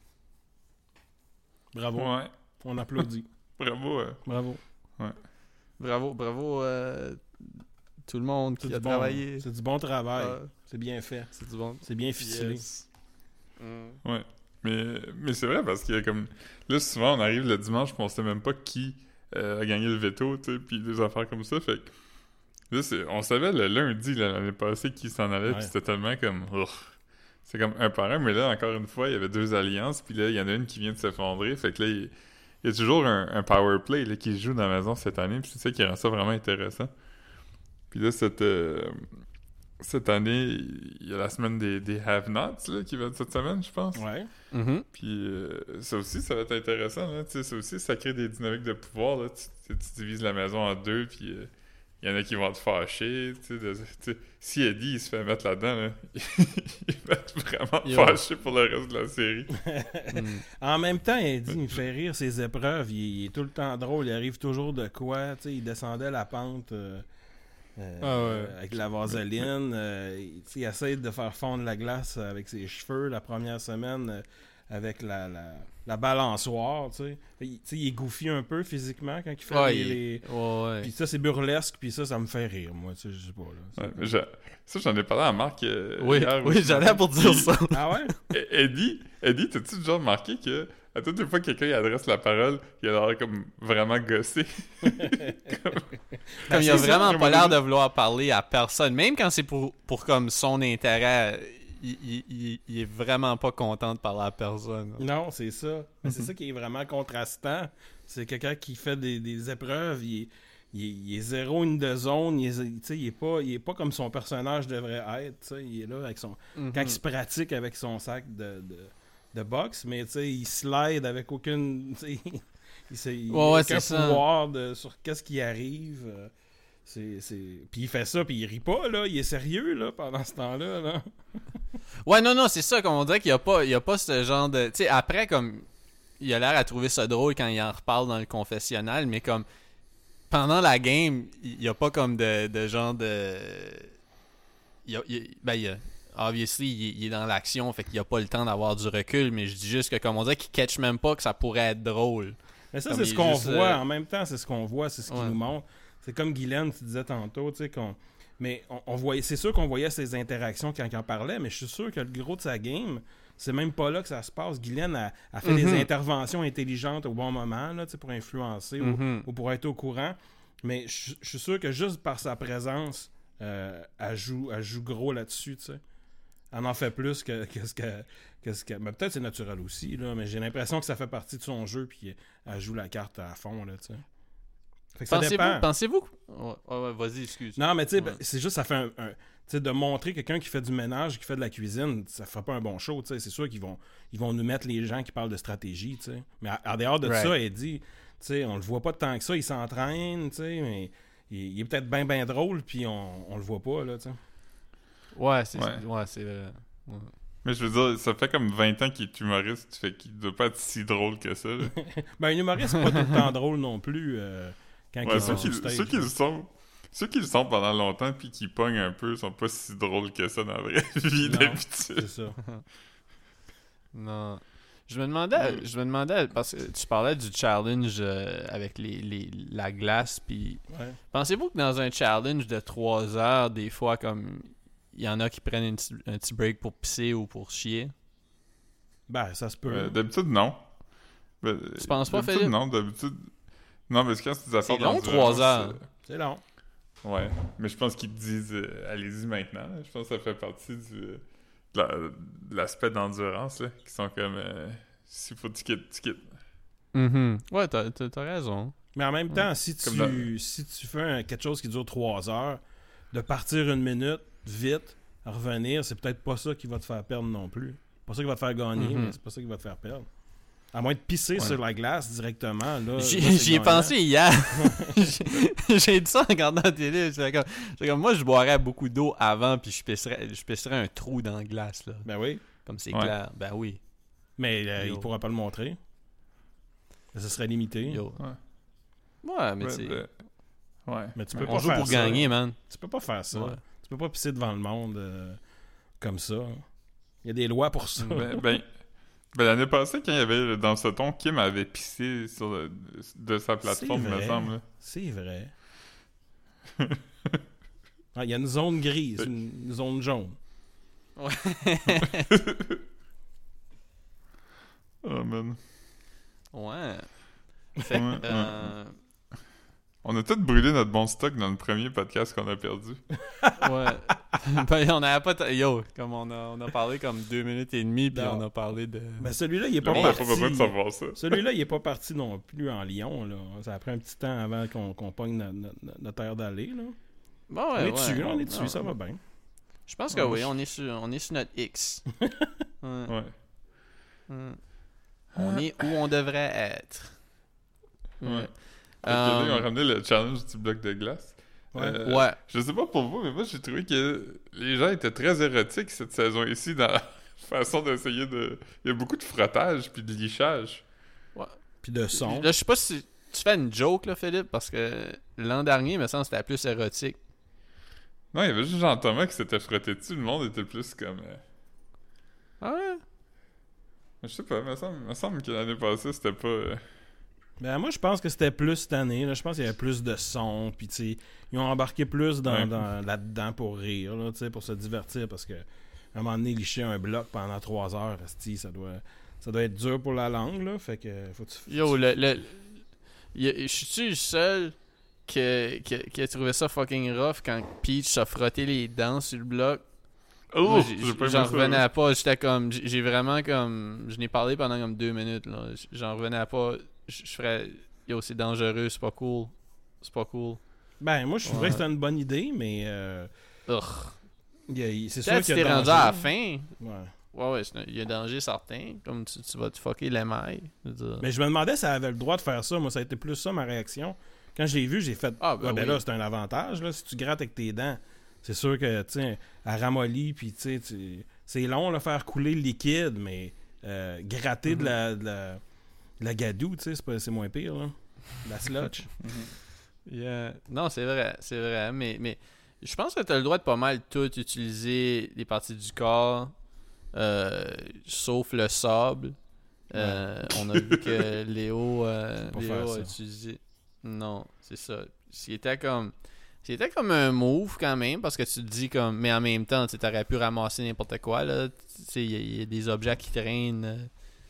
S3: Bravo.
S1: Ouais.
S3: On applaudit.
S1: Bravo. euh.
S3: Bravo.
S2: Bravo, bravo euh, tout le monde
S3: C'est
S2: qui a
S3: du, bon,
S2: travaillé.
S3: c'est du bon travail.
S2: Ah,
S3: C'est bien fait.
S2: c'est du bon.
S3: C'est bien ficelé.
S2: Yes. Mm.
S1: Ouais. Mais, mais c'est vrai parce qu'il y a comme. Là, souvent, on arrive le dimanche, puis on sait même pas qui euh, a gagné le veto, tu sais, puis des affaires comme ça. Fait que là, c'est, on savait le lundi, là, l'année passée, qui s'en allait,
S3: Ouais.
S1: puis c'était tellement comme... Ouf. C'est comme un par un, mais là, encore une fois, il y avait deux alliances, puis là, il y en a une qui vient de s'effondrer. Fait que là, il, il y a toujours un, un power play là, qui se joue dans la maison cette année, puis c'est ça qui rend ça vraiment intéressant. Puis là, cette, euh, cette année, il y a la semaine des, des have-nots là, qui va être cette semaine, je pense.
S3: Ouais.
S2: Mhm.
S1: Puis euh, ça aussi, ça va être intéressant. Là. Tu sais, ça aussi, ça crée des dynamiques de pouvoir. Là. Tu, tu, tu divises la maison en deux, puis euh, il y en a qui vont être fâchés. Tu sais, de- tu sais, si Eddie il se fait mettre là-dedans, là, il va être vraiment
S2: Yo.
S1: fâché pour le reste de la série.
S2: Mm.
S3: En même temps, il dit, il me fait rire ses épreuves. Il, il est tout le temps drôle. Il arrive toujours de quoi. Tu sais, il descendait la pente euh, euh,
S2: Ah ouais.
S3: euh, avec la vaseline. Euh, il, tu sais, il essaie de faire fondre la glace avec ses cheveux la première semaine euh, avec la, la, la balançoire. Tu sais. Il, tu sais, il est goofy un peu physiquement quand il fait
S2: Ouais,
S3: les...
S2: il-
S3: les-
S2: ouais, ouais.
S3: Puis ça, c'est burlesque. Puis ça, ça me fait rire, moi. Tu sais, je sais pas. Là.
S1: Ouais, mais je- ça, j'en ai parlé à Marc euh,
S2: Oui,
S1: hier
S2: oui,
S1: aussi.
S2: j'allais pour dire ça.
S3: Ah ouais?
S1: E- Eddie, Eddie, t'as-tu déjà remarqué que à toutes les fois que quelqu'un il adresse la parole, il a l'air comme vraiment gossé?
S2: Comme il a
S3: c'est ça,
S2: vraiment
S1: comme
S2: pas
S1: on
S2: l'air
S1: dit.
S2: de vouloir parler à personne, même quand c'est pour, pour comme son intérêt, il, il, il- il est vraiment pas content de parler à personne.
S3: Non, c'est ça. Mais c'est ça qui est vraiment contrastant. C'est quelqu'un qui fait des, des épreuves, il est, il, est, il est zéro une de zone, il est, tu sais, il est pas, il est pas comme son personnage devrait être. Tu sais, il est là avec son,
S2: Mhm.
S3: quand il se pratique avec son sac de, de, de boxe, mais tu sais, il slide avec aucune, tu sais, il, sait- il
S2: Ouais,
S3: a
S2: ouais,
S3: aucun
S2: c'est ça.
S3: pouvoir de, sur qu'est-ce qui arrive. euh, C'est, c'est... Puis il fait ça, puis il rit pas, là. Il est sérieux, là, pendant ce temps-là, là.
S2: Ouais, non, non, c'est ça, comme on dirait qu'il y a pas, il y a pas ce genre de... Tu sais, après, comme, il a l'air à trouver ça drôle quand il en reparle dans le confessionnal, mais comme, pendant la game, il y a pas comme de, de genre de... Il y a, il- ben, il y a... Obviously, il est, il est dans l'action, fait qu'il y a pas le temps d'avoir du recul, mais je dis juste que, comme on dirait qu'il catch même pas que ça pourrait être drôle.
S3: Mais ça,
S2: Comme
S3: c'est
S2: il
S3: ce
S2: est
S3: qu'on
S2: juste,
S3: voit.
S2: euh,
S3: En même temps, c'est ce qu'on voit, c'est ce qu'il
S2: Ouais.
S3: nous montre. C'est comme Guylaine, tu disais tantôt, tu sais, qu'on... Mais on, on voyait, c'est sûr qu'on voyait ses interactions quand il en parlait, mais je suis sûr que le gros de sa game, c'est même pas là que ça se passe. Guylaine a, a fait
S2: Mhm.
S3: des interventions intelligentes au bon moment, là, tu sais, pour influencer ou-
S2: Mhm.
S3: ou, pour être au courant. Mais je je suis sûr que juste par sa présence, euh, elle, joue, elle joue gros là-dessus, tu sais. Elle en fait plus que, que ce que... que ce que- mais peut-être c'est naturel aussi, là, mais j'ai l'impression que ça fait partie de son jeu, puis elle joue la carte à fond, là, tu sais. Fait que ça
S2: Pensez-vous,
S3: dépend.
S2: pensez-vous... Ouais, ouais, ouais, vas-y, excuse.
S3: Non, mais tu sais,
S2: Ouais.
S3: ben, c'est juste, ça fait un... un- tu sais, de montrer quelqu'un qui fait du ménage, qui fait de la cuisine, ça fait pas un bon show, tu sais. C'est sûr qu'ils vont, ils vont nous mettre les gens qui parlent de stratégie, tu sais. Mais en dehors de
S2: Right.
S3: ça, Eddie, tu sais, on le voit pas tant que ça, il s'entraîne, tu sais, mais il, il est peut-être bien, bien drôle, puis on, on le voit pas, là, tu sais.
S2: Ouais, c'est
S1: Ouais.
S2: ouais, c'est vrai. Ouais.
S1: Mais je veux dire, ça fait comme vingt ans qu'il est humoriste, fait qu'il doit pas être si drôle que ça. Là.
S3: Ben, un humoriste, c'est pas tout le temps drôle non plus, euh, quand
S1: Ouais,
S3: il
S1: ceux,
S3: est
S1: qui,
S3: sur stage.
S1: ceux qui le sont, ceux qui le sont pendant longtemps puis qui pognent un peu sont pas si drôles que ça dans la vraie vie
S3: Non.
S1: d'habitude.
S3: C'est ça.
S2: Non. Je me demandais,
S1: Mm.
S2: je me demandais, parce que tu parlais du challenge euh, avec les, les, la glace, puis
S3: Ouais.
S2: pensez-vous que dans un challenge de trois heures, des fois, comme il y en a qui prennent une petit- un petit break pour pisser ou pour chier?
S3: Ben, ça se peut.
S1: Euh, d'habitude, non. Ben,
S2: Tu penses pas,
S1: d'habitude,
S2: Philippe?
S1: non, d'habitude. Non, mais c'est quand c'est des affaires
S2: C'est long,
S1: d'endurance,
S2: trois heures.
S1: euh,
S3: C'est long.
S1: Ouais, mais je pense qu'ils te disent euh, allez-y maintenant. là. Je pense que ça fait partie du, euh, de la- de l'aspect d'endurance, là, qui sont comme euh, s'il faut tu quittes, tu quittes.
S2: Mhm. Ouais, t'as, t'as, t'as raison.
S3: Mais en même temps, si
S1: Comme
S3: tu,
S1: dans-
S3: si tu fais un- quelque chose qui dure trois heures, de partir une minute, vite, revenir, c'est peut-être pas ça qui va te faire perdre non plus. C'est pas ça qui va te faire gagner,
S2: Mhm.
S3: mais c'est pas ça qui va te faire perdre. À moins de pisser
S1: Ouais.
S3: sur la glace directement. Là,
S2: J'y,
S3: là, c'est
S2: j'y ai
S3: gagnant.
S2: pensé hier. j'ai, j'ai dit ça en regardant la télé. J'étais comme, j'étais comme, moi, je boirais beaucoup d'eau avant, puis je pisserais, je pisserais un trou dans la glace, là.
S3: Ben oui,
S2: Comme c'est
S1: Ouais.
S2: clair. Ben oui.
S3: mais euh,
S2: Yo.
S3: il pourra pas le montrer. Ça serait limité.
S2: Yo.
S1: Ouais.
S2: Ouais, mais
S1: Ouais,
S2: c'est...
S1: ben, ouais.
S3: Mais tu peux
S2: On
S3: pas
S2: joue
S3: faire
S2: pour
S3: ça.
S2: gagner, man.
S3: Tu peux pas faire ça.
S2: Ouais.
S3: Tu peux pas pisser devant le monde euh, comme ça. Il y a des lois pour ça.
S1: Ben, ben, ben, l'année passée, quand il y avait dans ce ton, Kim avait pissé sur le- de sa plateforme,
S3: C'est
S1: me
S3: vrai.
S1: semble. là.
S3: C'est vrai. Ah, il y a une zone grise, une, une zone jaune.
S1: Oh man.
S2: Ouais. Fait que,
S1: Ouais,
S2: euh,
S1: On a tout brûlé notre bon stock dans le premier podcast qu'on a perdu.
S2: Ouais. Ben, on n'avait pas... T- Yo, comme on a, on a parlé comme deux minutes et demie, puis
S3: Non.
S2: on a parlé de...
S3: Ben celui-là, il est
S1: Le
S3: pas
S1: monde n'a
S3: parti.
S1: pas besoin de savoir ça.
S3: Celui-là, il est pas parti non plus en Lyon, là. Ça a pris un petit temps avant qu'on, qu'on pogne notre, notre, notre aire d'aller, là.
S2: Bon,
S3: On
S2: ouais,
S3: est
S2: ouais,
S3: dessus, là, on est
S2: ouais.
S3: dessus, ça va bien.
S2: Je pense que
S1: Ouais,
S2: oui,
S1: je-
S2: on est sur, on est sur notre X. Ouais.
S1: Ouais.
S2: Mm. On est où on devrait être.
S1: Ouais.
S2: Ouais.
S1: Fait que là, ils ont
S2: Um,
S1: ramené le challenge du bloc de glace.
S3: Ouais.
S1: Euh,
S2: ouais.
S1: Je sais pas pour vous, mais moi j'ai trouvé que les gens étaient très érotiques cette saison ici dans la façon d'essayer de. Il y a beaucoup de frottage puis de lichage.
S3: Puis de son.
S2: Là, je sais pas si tu fais une joke, là, Philippe, parce que l'an dernier, il me semble que c'était plus érotique.
S1: Non, il y avait juste Jean-Thomas qui s'était frotté dessus. Le monde était plus comme. euh,
S2: Ah ouais?
S1: Je sais pas, il me semble, me semble que l'année passée c'était pas. euh,
S3: Ben, moi, je pense que c'était plus cette année. Là. Je pense qu'il y avait plus de son. Puis, tu sais, ils ont embarqué plus dans,
S1: Ouais.
S3: dans- là-dedans pour rire, là, tu sais, pour se divertir. Parce que, à un moment donné, licher un bloc pendant trois heures, esti, ça doit, ça doit être dur pour la langue. Là. Fait que, faut que tu.
S2: Yo, le. le y a- je suis-tu le seul que, que- qui a trouvé ça fucking rough quand Peach s'est frotté les dents sur le bloc?
S1: Oh,
S2: Moi, j'ai-
S1: j'ai pas aimé
S2: j'en
S1: ça,
S2: revenais
S1: là.
S2: pas. J'étais comme. J'ai j'ai vraiment comme. Je n'ai parlé pendant comme deux minutes, là. J'en revenais pas. Je je ferais. Yo, c'est dangereux, c'est pas cool. C'est pas cool.
S3: Ben, moi, je trouvais
S2: Ouais.
S3: que c'était une bonne idée, mais. Euh,
S2: Ugh.
S3: il y a- il- c'est sûr
S2: Peut-être
S3: qu'il
S2: si
S3: y a
S2: t'es rendu
S3: danger.
S2: à la fin.
S3: Ouais.
S2: Ouais, ouais, c'est un- il y a un danger certain. Comme tu, tu vas te fucker l'émail. Je veux dire.
S3: Mais je me demandais si elle avait le droit de faire ça. Moi, ça a été plus ça ma réaction. Quand je l'ai vu, j'ai fait.
S2: Ah, ben
S3: Ah, ben
S2: oui.
S3: là, c'est un avantage. Là. Si tu grattes avec tes dents, c'est sûr que, tu sais, elle ramollit, puis tu sais, tu- c'est long, là, faire couler le liquide, mais euh, gratter de, la, de, la, de la gadoue, tu sais, c'est, pas- c'est moins pire, là. De la slotch.
S2: Yeah. Non, c'est vrai, c'est vrai. Mais, mais je pense que tu as le droit de pas mal tout utiliser les parties du corps, euh, sauf le sable. Euh, on a vu que Léo, euh,
S3: Faut pas
S2: Léo
S3: faire
S2: a
S3: ça.
S2: utilisé. Non, c'est ça. C'était comme. C'était comme un move quand même, parce que tu te dis comme. Mais en même temps, tu aurais pu ramasser n'importe quoi, là. Tu sais, il y, a- il y a des objets qui traînent. euh,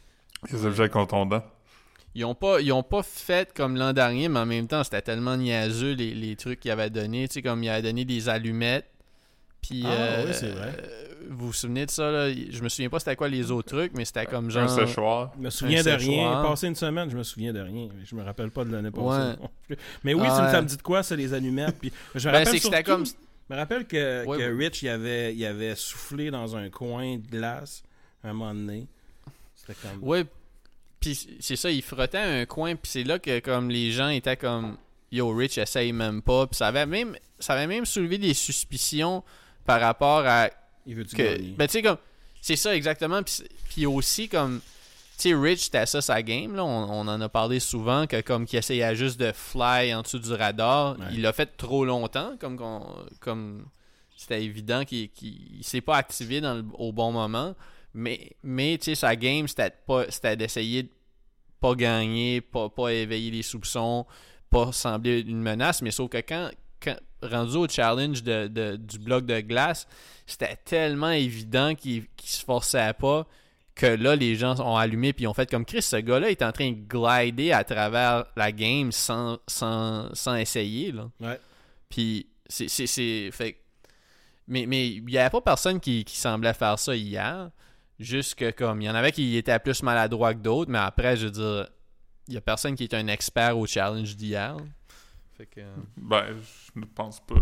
S1: Les objets contondants.
S2: Ils ont pas ils ont pas fait comme l'an dernier, mais en même temps, c'était tellement niaiseux les, les trucs qu'ils avaient donnés. Tu sais, comme ils avaient donné des allumettes. Puis,
S3: Ah,
S2: euh,
S3: oui, c'est vrai.
S2: euh, vous vous souvenez de ça, là? Je me souviens pas c'était quoi les autres trucs, mais c'était comme genre.
S1: Un séchoir.
S3: Je me souviens de rien.
S2: séchoir.
S3: Passé une semaine, je me souviens de rien. Je me rappelle pas de l'année passée.
S2: Ouais.
S3: non plus. Mais oui,
S2: Ouais.
S3: ça me- ça me dit de quoi, ça, les allumettes. Puis, je me
S2: Ben,
S3: rappelle
S2: c'est que c'était
S3: surtout-
S2: comme.
S3: Je me rappelle que,
S2: Ouais,
S3: que
S2: ouais.
S3: Rich, il avait, il avait soufflé dans un coin de glace à un moment donné. C'était comme...
S2: Ouais. Puis c'est ça, ils frottaient un coin, puis c'est là que comme les gens étaient comme Yo, Rich essaye même pas. Puis ça avait même ça avait même soulevé des suspicions par rapport à
S3: Il veut-tu
S2: que
S3: gagner?
S2: ben tu sais comme c'est ça exactement, puis c'est- puis aussi comme tu sais Rich c'était ça sa game là, on, on en a parlé souvent que comme qu'il essayait juste de fly en dessous du radar,
S3: Ouais.
S2: il l'a fait trop longtemps comme qu'on- comme c'était évident qu'il qu'il s'est pas activé dans le- au bon moment, mais mais tu sais sa game c'était pas c'était d'essayer de pas gagner, pas pas éveiller les soupçons, pas sembler une menace, mais sauf que quand quand rendu au challenge de, de- du bloc de glace, c'était tellement évident qu'il qu'il se forçait pas que là, les gens ont allumé puis ont fait comme Chris, ce gars-là est en train de glider à travers la game sans, sans, sans essayer. Là.
S3: Ouais.
S2: Puis c'est. c'est, c'est fait que- mais mais il n'y avait pas personne qui, qui semblait faire ça hier. Juste que comme il y en avait qui étaient plus maladroits que d'autres, mais après, je veux dire, il n'y a personne qui est un expert au challenge d'hier. Fait que.
S1: Ben, je ne pense pas.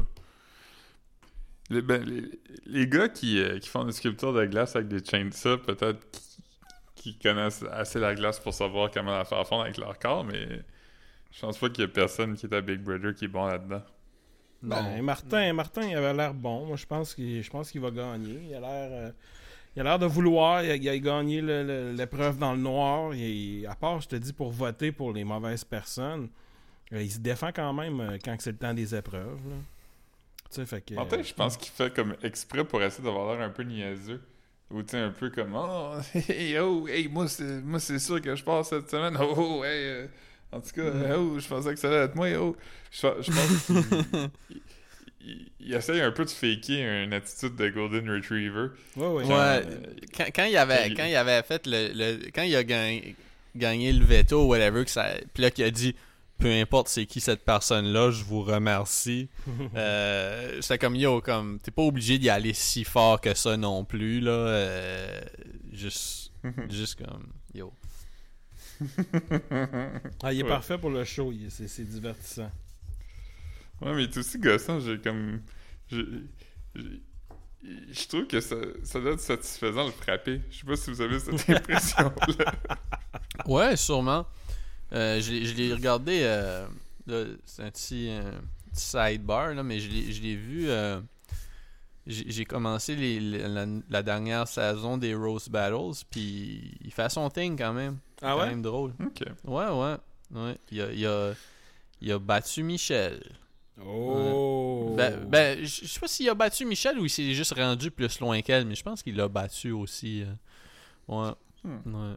S1: Les, ben, les, les gars qui, euh, qui font des sculptures de glace avec des chainsaws, peut-être qui, qui connaissent assez la glace pour savoir comment la faire fondre avec leur corps, mais je pense pas qu'il y a personne qui est à Big Brother qui est bon là-dedans.
S3: Ben, Martin, Martin, il avait l'air bon. Moi, je pense qu'il, je pense qu'il va gagner. Il a l'air, euh, il a l'air de vouloir. Il a, il a gagné le- le- l'épreuve dans le noir. Il- à part, je te dis, pour voter pour les mauvaises personnes, euh, il se défend quand même euh, quand c'est le temps des épreuves. Là. Tu sais, fait que.
S1: Martin, je pense qu'il fait comme exprès pour essayer d'avoir l'air un peu niaiseux. Ou tu sais, un peu comme oh, hey, oh, hey, moi c'est, moi c'est sûr que je passe cette semaine. Oh, oh, hey, euh, en tout cas, euh, oh, je pensais que ça allait être moi. Oh, je, je pense qu'il il, il- il essaye un peu de faker une attitude de Golden Retriever.
S3: Ouais, ouais.
S2: Ouais,
S1: euh,
S2: quand, quand il avait
S1: il-
S2: quand il avait fait le, le- quand il a gagné, gagné le veto ou whatever que ça puis là qu'il a dit peu importe c'est qui cette personne-là, je vous remercie. euh, J'étais comme, yo, comme, t'es pas obligé d'y aller si fort que ça non plus, là. Euh, juste, juste comme, yo.
S3: Ah, il est
S1: Ouais.
S3: parfait pour le show, il est- c'est, c'est divertissant.
S1: Ouais, mais c'est aussi gossant, j'ai comme... j'ai- j'ai- Je trouve que ça, ça doit être satisfaisant de le frapper. Je sais pas si vous avez cette impression-là.
S2: Ouais, sûrement. Euh, je l'ai- je l'ai regardé, euh, là, c'est un petit, euh, petit sidebar, là, mais je l'ai je l'ai vu. euh, j'ai j'ai commencé les, les- la, la dernière saison des Roast Battles, puis il fait son thing quand même.
S3: Ah
S2: quand
S3: ouais?
S2: même drôle.
S1: Ok.
S2: Ouais, ouais. ouais. Il, a, il, a, il a battu Michel.
S3: Oh!
S2: Ben, ben je je sais pas s'il a battu Michel ou il s'est juste rendu plus loin qu'elle, mais je pense qu'il l'a battu aussi. euh. Ouais.
S1: Hmm.
S2: ouais.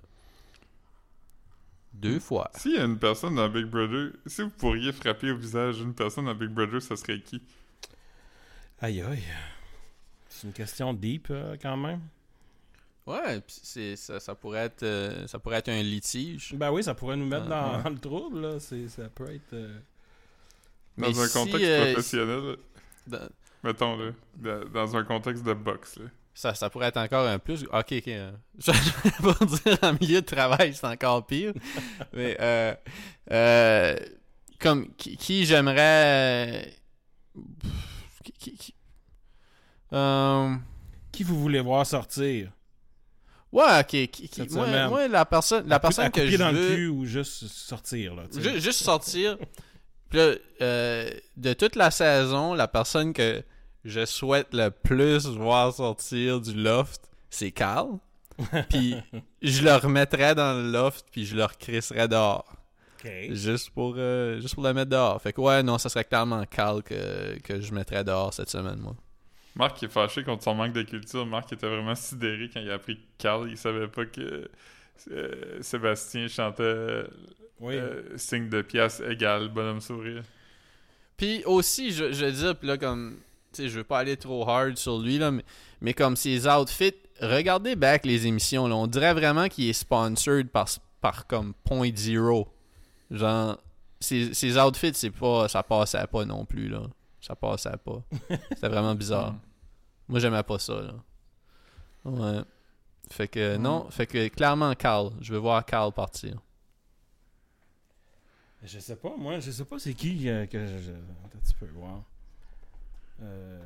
S2: Deux fois.
S1: S'il y a une personne dans Big Brother, si vous pourriez frapper au visage une personne dans Big Brother, ça serait qui?
S3: Aïe aïe. C'est une question deep euh, quand même.
S2: Ouais, pis c'est ça, ça pourrait être euh, ça pourrait être un litige.
S3: Ben oui, ça pourrait nous mettre
S2: Ah,
S3: dans,
S1: ouais.
S3: dans le trouble, là. C'est, ça peut être... euh,
S1: Dans
S2: Mais
S1: un
S2: si,
S1: contexte
S2: euh,
S1: professionnel,
S2: Dans-
S1: mettons, là, dans, dans un contexte de boxe, là.
S2: Ça, ça pourrait être encore un plus. Ok, ok. euh, Je vais pas dire en milieu de travail, c'est encore pire. Mais euh, euh, comme qui, qui j'aimerais. Qui, qui, qui- Euh,
S3: Qui vous voulez voir sortir?
S2: Ouais, ok. Qui, qui-
S3: Cette
S2: moi,
S3: semaine.
S2: moi, la personne, la
S3: À coup- à
S2: personne
S3: coup de
S2: que
S3: pied
S2: je
S3: dans
S2: veux.
S3: le cul ou juste sortir, là. tu sais.
S2: Ju- juste sortir. Puis là, euh, de toute la saison, la personne que je souhaite le plus voir sortir du loft, c'est Carl. Puis je le remettrais dans le loft, puis je le recrisserais dehors.
S3: OK.
S2: Juste pour, euh, juste pour le mettre dehors. Fait que ouais, non, ça serait clairement Carl que, que je mettrais dehors cette semaine, moi.
S1: Marc est fâché contre son manque de culture. Marc était vraiment sidéré quand il a appris que Carl, il savait pas que euh, Sébastien chantait
S3: Oui.
S1: euh, signe de pièce égale bonhomme sourire.
S2: Puis aussi, je, je veux dire, puis là, comme, tu sais, je veux pas aller trop hard sur lui, là, mais, mais comme ses outfits, regardez back les émissions, là, on dirait vraiment qu'il est sponsored par, par comme Point Zero. Genre, ses, ses outfits, c'est pas, ça passait pas non plus, là. Ça passait pas. C'était vraiment bizarre.
S1: Mm.
S2: Moi, j'aimais pas ça, là. Ouais. Fait que,
S1: Mm.
S2: non, fait que clairement, Carl. Je veux voir Carl partir.
S3: Je sais pas, moi, je sais pas c'est qui euh, que je... je- Attends un petit peu, voir. Euh...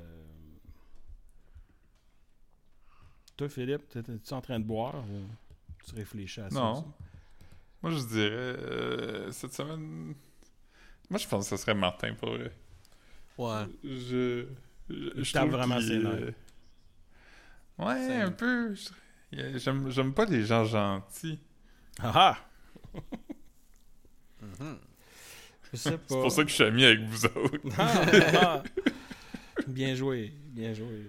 S3: Toi, Philippe, t'es- t'es-tu en train de boire ou tu réfléchis à ça?
S1: Non.
S3: aussi?
S1: Moi, je dirais, euh, cette semaine... Moi, je pense que ce serait Martin, pour vrai.
S2: Ouais.
S1: Je... je,
S3: Il
S1: je
S3: tape
S1: trouve
S3: vraiment
S1: qu'il
S3: ses
S1: est-
S3: nerfs.
S1: Ouais,
S2: C'est-
S1: un peu. Je- il- J'aime, j'aime pas les gens gentils.
S3: Ah
S2: Mhm.
S3: Je sais pas.
S1: C'est pour ça que je suis ami avec vous autres.
S3: Ah, ah. Bien joué, bien joué.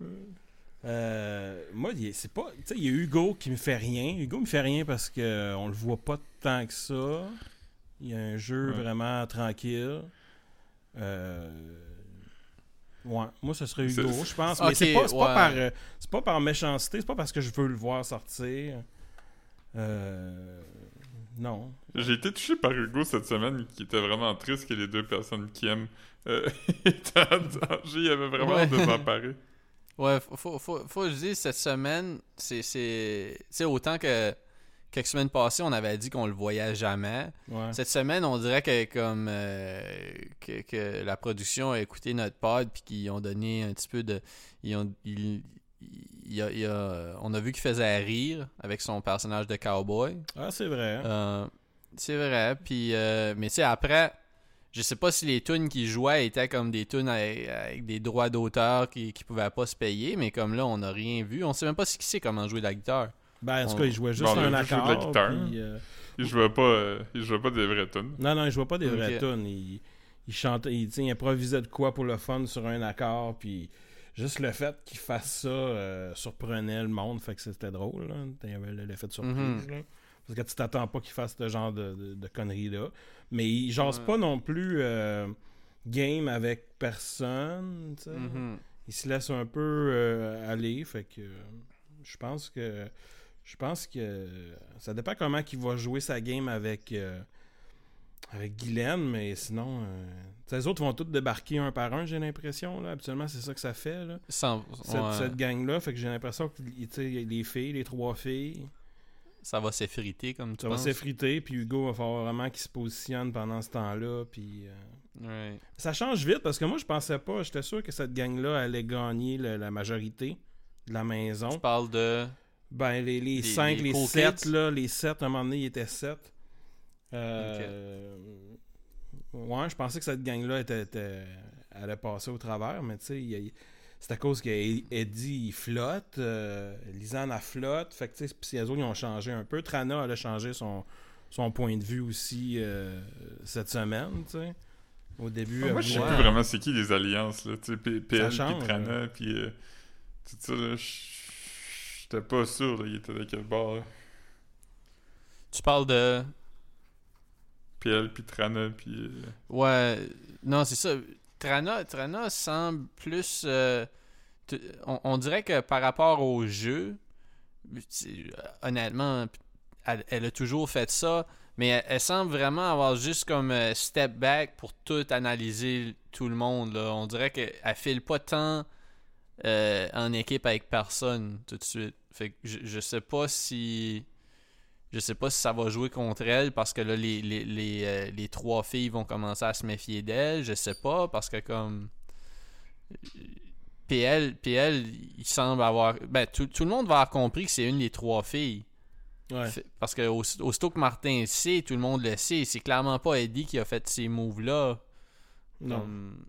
S3: Euh, moi, il y a- c'est pas. Tu sais, il y a Hugo qui me fait rien. Hugo me fait rien parce que euh, on le voit pas tant que ça. Il y a un jeu
S1: Ouais.
S3: vraiment tranquille. Euh, Ouais, moi ce serait
S1: C'est-
S3: Hugo, je pense.
S2: Ok,
S3: Mais c'est pas, c'est pas
S2: ouais.
S3: par, euh, c'est pas par méchanceté, c'est pas parce que je veux le voir sortir. Euh, non.
S1: J'ai été touché par Hugo cette semaine, qui était vraiment triste que les deux personnes qui aiment euh, étaient en danger. Il avait vraiment
S2: Ouais.
S1: hâte de s'en parer.
S2: Ouais, faut, faut, faut, faut que je dise, cette semaine, c'est. c'est- Tu sais, autant que quelques semaines passées, on avait dit qu'on le voyait jamais.
S3: Ouais.
S2: Cette semaine, on dirait que comme euh, que, que la production a écouté notre pod puis qu'ils ont donné un petit peu de. Ils ont, ils- il y a- il y a- on a vu qu'il faisait rire avec son personnage de cowboy.
S3: Ah, c'est vrai. hein.
S2: Euh, c'est vrai. Puis, euh, mais tu sais, après, je sais pas si les tunes qu'il jouait étaient comme des tunes avec, avec des droits d'auteur qui, qui pouvaient pas se payer, mais comme là, on n'a rien vu. On sait même pas ce qu'il sait comment jouer de la guitare.
S3: Ben, en tout
S2: on-
S3: cas, il jouait juste
S1: Bon, on a
S3: un
S1: vu jouer de la
S3: accord.
S1: guitare.
S3: puis, euh,
S1: Il jouait pas, euh, il jouait pas des vraies tunes.
S3: Non, non, il jouait pas des vraies
S2: Ok.
S3: tunes. Il, il chantait, il, tu sais, il improvisait de quoi pour le fun sur un accord, puis juste le fait qu'il fasse ça euh, surprenait le monde, fait que c'était drôle. Là. Il y avait l'effet de surprise.
S2: Mhm.
S3: là. Parce que tu t'attends pas qu'il fasse ce genre de, de, de conneries-là. Mais il jase
S2: Ouais.
S3: pas non plus euh, game avec personne. tu sais.
S2: Mhm.
S3: Il se laisse un peu euh, aller, fait que euh, je pense que je pense que ça dépend comment il va jouer sa game avec euh, avec Guylaine, mais sinon, euh, les autres vont tous débarquer un par un, j'ai l'impression. Là. Habituellement, c'est ça que ça fait. Là.
S2: Sans,
S3: Cette,
S2: ouais.
S3: cette gang-là, fait que j'ai l'impression que les filles, les trois filles,
S2: ça va s'effriter comme tu
S3: ça
S2: penses.
S3: va s'effriter, puis Hugo va falloir vraiment qu'il se positionne pendant ce temps-là, puis... Euh...
S2: Ouais.
S3: Ça change vite, parce que moi, je pensais pas, j'étais sûr que cette gang-là allait gagner le, la majorité de la maison.
S2: Tu parles de...
S3: Ben, les, les
S2: Les-
S3: cinq,
S2: les
S3: les
S2: cool
S3: sept,
S2: kids?
S3: là, les sept, à un moment donné, il était sept. Euh... Ouais, je pensais que cette gang-là était, était... allait passer au travers, mais tu sais, il y a... c'est à cause qu'Eddie, il flotte, euh, Lisanne, elle flotte, fait que tu sais, puis les autres, ils ont changé un peu. Trana, elle a changé son, son point de vue aussi euh, cette semaine, tu sais. Au début,
S1: Ah, moi,
S3: elle
S1: je sais
S3: voulait-
S1: plus vraiment c'est qui les alliances, là. Tu sais, P- PL,
S3: change,
S1: puis Trana, puis euh, tout ça, là. J'étais pas sûr, là, il était de quel bord, là.
S2: Tu parles de...
S1: P L, puis Trana, puis... euh,
S2: Ouais, non, c'est ça. Trana, Trana semble plus... euh, t- on, on dirait que par rapport au jeu, c'est- honnêtement, elle, elle a toujours fait ça, mais elle, elle semble vraiment avoir juste comme euh, step back pour tout analyser tout le monde. Là. On dirait qu'elle file pas tant euh, en équipe avec personne tout de suite. Fait que je, je sais pas si... Je sais pas si ça va jouer contre elle parce que là, les, les, les, euh, les trois filles vont commencer à se méfier d'elle. Je sais pas parce que comme... P L, P L il semble avoir... Ben, tout, tout le monde va avoir compris que c'est une des trois filles.
S3: Ouais.
S2: Fait- Parce que au- aussitôt que Martin sait, tout le monde le sait. C'est clairement pas Eddie qui a fait ces moves-là.
S3: Non.
S2: Comme-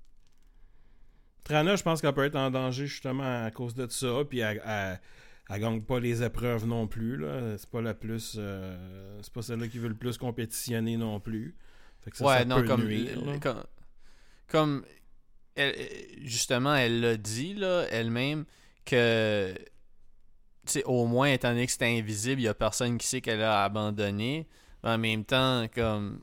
S3: Trana, je pense qu'elle peut être en danger justement à cause de ça, puis elle, elle, elle gagne pas les épreuves non plus, là. C'est pas la plus... euh, c'est pas celle-là qui veut le plus compétitionner non plus. Fait que ça,
S2: ouais,
S3: ça
S2: non,
S3: peut
S2: comme,
S3: nuire,
S2: le-
S3: là.
S2: comme, comme elle- justement, elle l'a dit là, elle-même que, tu sais, au moins, étant donné que c'était invisible, il y a personne qui sait qu'elle a abandonné. Mais en même temps, comme,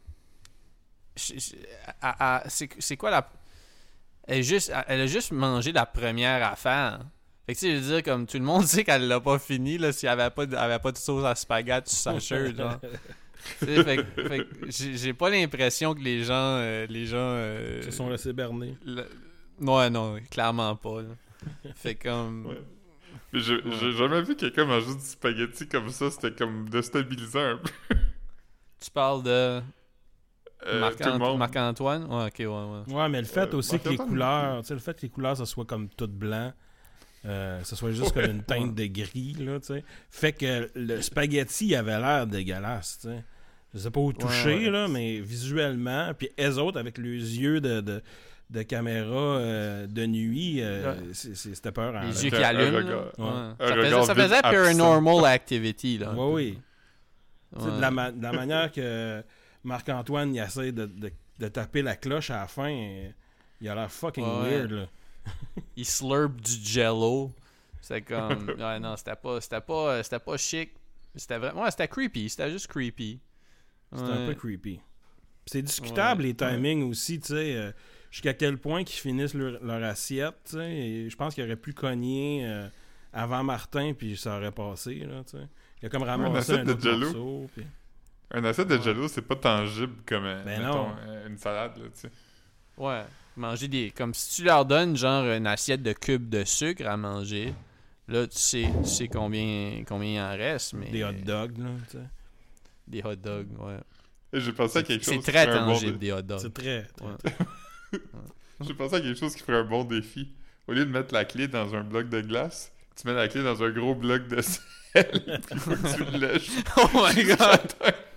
S2: je- je- à- à- c'est c'est quoi la, elle, est juste, elle a juste mangé la première affaire. Fait que tu sais, je veux dire, comme tout le monde sait qu'elle l'a pas fini là, s'il n'y avait pas, de- avait pas de sauce à spaghetti sur sa shirt, genre. Tu sais, fait, que- fait que j'ai j'ai pas l'impression que les gens euh, les gens euh,
S3: Ils se sont laissés berner.
S2: le- ouais non clairement pas là. Fait comme
S1: Ouais. Mais j'ai j'ai jamais vu quelqu'un manger du spaghetti comme ça, c'était comme déstabilisant un peu.
S2: tu parles de
S1: Euh,
S2: Marc-
S1: tout le monde.
S2: Marc-Antoine ouais ok ouais ouais
S3: Ouais, mais le fait
S1: Euh,
S3: aussi que les
S1: Marc-Antoine,
S3: couleurs, tu sais, le fait que les couleurs, ça soit comme tout blanc, euh, que ce soit juste
S1: Ouais.
S3: comme une teinte de gris, là, tu sais, fait que le spaghetti avait l'air dégueulasse, tu sais. Je sais pas où toucher,
S2: ouais.
S3: là, mais visuellement, puis eux autres, avec leurs yeux de, de, de caméra euh, de nuit, euh,
S2: Ouais.
S3: c'est- c'est- c'était peur.
S2: les
S1: Avec
S2: yeux
S1: un-
S2: qui
S1: un
S2: allument
S1: regard-
S2: là.
S3: ouais.
S2: Ouais.
S1: Un
S2: ça faisait,
S1: regard
S2: ça
S1: vide
S2: faisait
S1: absent.
S2: paranormal activity là un
S3: Oui,
S2: peu.
S3: oui. Tu sais,
S2: Ouais.
S3: De, la ma- de la manière que Marc-Antoine il essaie de, de, de taper la cloche à la fin, euh, il a l'air fucking
S2: Ouais.
S3: weird, là.
S2: Il slurp du jello. C'est comme ouais non, c'était pas c'était pas c'était pas chic. C'était vraiment ouais, c'était creepy, c'était juste creepy.
S3: C'est
S2: Ouais.
S3: un peu creepy. Puis c'est discutable,
S2: Ouais.
S3: les timings aussi, tu sais, euh, jusqu'à quel point qu'ils finissent leur, leur assiette, tu sais. Et je pense qu'il aurait pu cogner euh, avant Martin, puis ça aurait passé, là, tu sais. Il a comme ramassé
S1: assiette
S3: un
S1: de
S3: autre
S1: Jell-O.
S3: morceau, puis...
S1: Un assiette de
S2: Ouais.
S1: jello, c'est pas tangible comme euh,
S3: Ben
S1: mettons,
S3: non.
S1: euh, une salade, là, tu sais.
S2: Ouais, manger des... Comme si tu leur donnes, genre, une assiette de cubes de sucre à manger, là, tu sais, tu sais combien, combien il en reste, mais...
S3: Des hot dogs, là, tu sais.
S2: Des hot dogs, ouais.
S1: Et j'ai pensé à quelque chose
S2: C'est
S1: qui
S2: très
S1: ferait un bon
S2: tangible,
S1: dé-
S2: des hot dogs.
S3: C'est très... très-
S2: Ouais.
S1: J'ai pensé à quelque chose qui ferait un bon défi. Au lieu de mettre la clé dans un bloc de glace, tu mets la clé dans un gros bloc de sel, puis il faut que tu le lèches.
S2: Oh my god!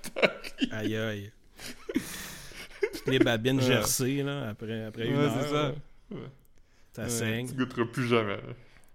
S3: Aïe, aïe. Toutes les babines
S1: Ouais.
S3: gercées, là, après, après une
S2: Ouais,
S3: heure.
S2: c'est ça.
S3: là,
S1: Ouais.
S3: Ça
S2: Ouais.
S3: saigne.
S1: Tu goûteras plus jamais. là.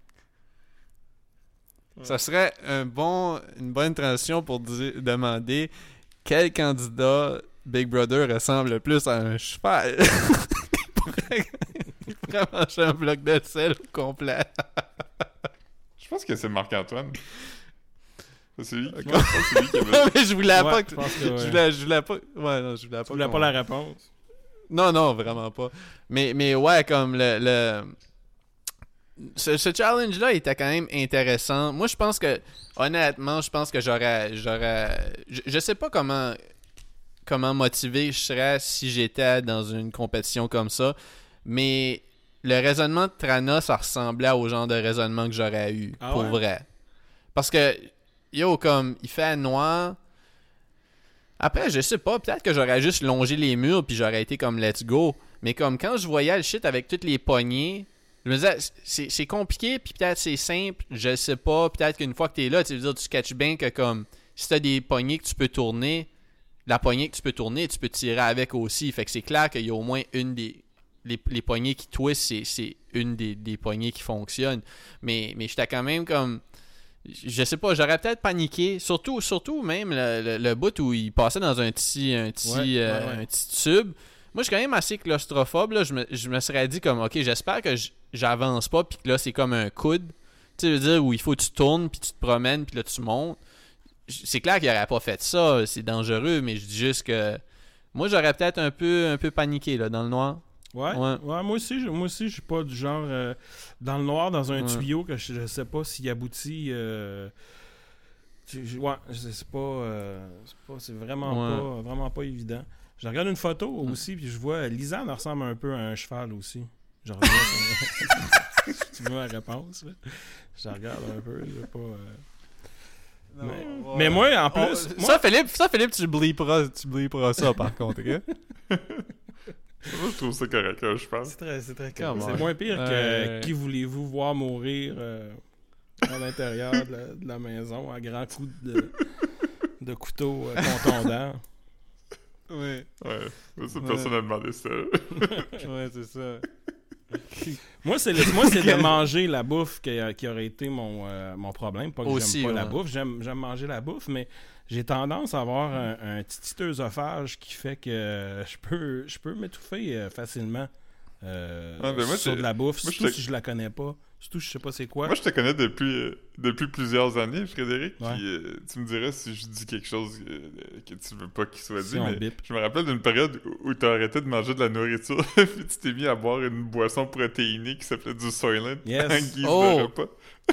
S2: Ça serait un bon, une bonne transition pour dire- demander quel candidat Big Brother ressemble le plus à un cheval. Il pourrait- il pourrait manger un bloc de sel au complet.
S1: Je pense que c'est Marc-Antoine. C'est lui,
S2: Ok.
S1: je pense que c'est lui qui avait...
S2: Mais je voulais
S3: Ouais,
S2: pas
S3: je
S2: que...
S3: pense que,
S2: Je
S3: ouais.
S2: voulais, je voulais pas... Ouais, non, je voulais pas...
S3: Tu voulais
S2: qu'on-
S3: pas la réponse?
S2: Non, non, vraiment pas. Mais, mais ouais, comme le... le... Ce, ce challenge-là était quand même intéressant. Moi, je pense que... Honnêtement, je pense que j'aurais... j'aurais... Je, je sais pas comment... comment motivé je serais si j'étais dans une compétition comme ça. Mais le raisonnement de Trana, ça ressemblait au genre de raisonnement que j'aurais eu,
S3: Ah
S2: pour
S3: ouais?
S2: vrai. Parce que, yo, comme, il fait noir. Après, je sais pas, peut-être que j'aurais juste longé les murs puis j'aurais été comme let's go. Mais comme quand je voyais le shit avec toutes les poignées, je me disais, c'est, c'est compliqué puis peut-être c'est simple, je sais pas. Peut-être qu'une fois que t'es là, tu veux dire, tu catches bien que comme, si t'as des poignées que tu peux tourner, la poignée que tu peux tourner, tu peux tirer avec aussi. Fait que c'est clair qu'il y a au moins une des... Les, les poignées qui twistent, c'est, c'est une des, des poignées qui fonctionnent. Mais, mais j'étais quand même comme... Je sais pas, j'aurais peut-être paniqué. Surtout, surtout même le, le, le bout où il passait dans un petit, un petit,
S3: Ouais,
S2: euh,
S3: ouais, ouais.
S2: un petit tube. Moi, je suis quand même assez claustrophobe. Là. Je, me, je me serais dit comme, OK, j'espère que j- j'avance pas puis que là, c'est comme un coude. Tu sais, je veux dire, où il faut que tu tournes puis tu te promènes puis là, tu montes. C'est clair qu'il aurait pas fait ça. C'est dangereux, mais je dis juste que... Moi, j'aurais peut-être un peu, un peu paniqué là, dans le noir.
S3: Ouais,
S2: Ouais.
S3: ouais, moi aussi, je, moi aussi, je suis pas du genre euh, dans le noir, dans un
S2: Ouais.
S3: tuyau que je, je sais pas s'il aboutit. Euh, tu- je- ouais, c'est c'est pas, euh, c'est pas, c'est vraiment
S2: Ouais.
S3: pas, vraiment pas évident. Je regarde une photo
S2: Mm.
S3: aussi, puis je vois Lisanne ressemble un peu à un cheval aussi. Je regarde. ça- tu veux ma réponse là? Je regarde un peu, je sais pas. euh, Mais,
S2: ouais.
S3: mais moi, en
S2: Oh,
S3: plus, moi,
S2: ça, Philippe, ça, Philippe, tu bleeperas, tu bleeperas ça, par contre, ok?
S1: Moi, je trouve ça correct, là, je pense.
S3: c'est très, c'est très
S2: Come
S3: C'est
S2: on.
S3: moins pire que
S2: Euh,
S3: qui voulez-vous voir mourir euh, à l'intérieur de la, de la maison à grands coups de, de couteau euh, contondant.
S2: Ouais,
S1: Ouais, moi, c'est
S2: Ouais.
S1: personnellement des seuls.
S2: ouais, c'est ça.
S3: Moi, c'est le- moi, c'est de manger la bouffe qui, a- qui aurait été mon, euh, mon problème. Pas que
S2: Aussi,
S3: j'aime pas la
S2: ouais.
S3: bouffe, j'aime, j'aime manger la bouffe, mais j'ai tendance à avoir un, un petit œsophage qui fait que euh, je peux, je peux m'étouffer euh, facilement euh,
S1: Ah, ben moi,
S3: sur
S1: c'est-
S3: de la bouffe,
S1: moi,
S3: surtout
S1: je te-
S3: si je la connais pas. Surtout si je sais pas c'est quoi.
S1: Moi, je te connais depuis, euh, depuis plusieurs années, Frédéric,
S3: Ouais.
S1: puis euh, tu me dirais si je dis quelque chose euh, que tu veux pas qu'il soit
S3: Si
S1: dit,
S3: on
S1: mais
S3: bip.
S1: je me rappelle d'une période où t'as arrêté de manger de la nourriture, puis tu t'es mis à boire une boisson protéinée qui s'appelait du Soylent
S3: Yes.
S1: en guise
S2: Oh.
S1: de repas.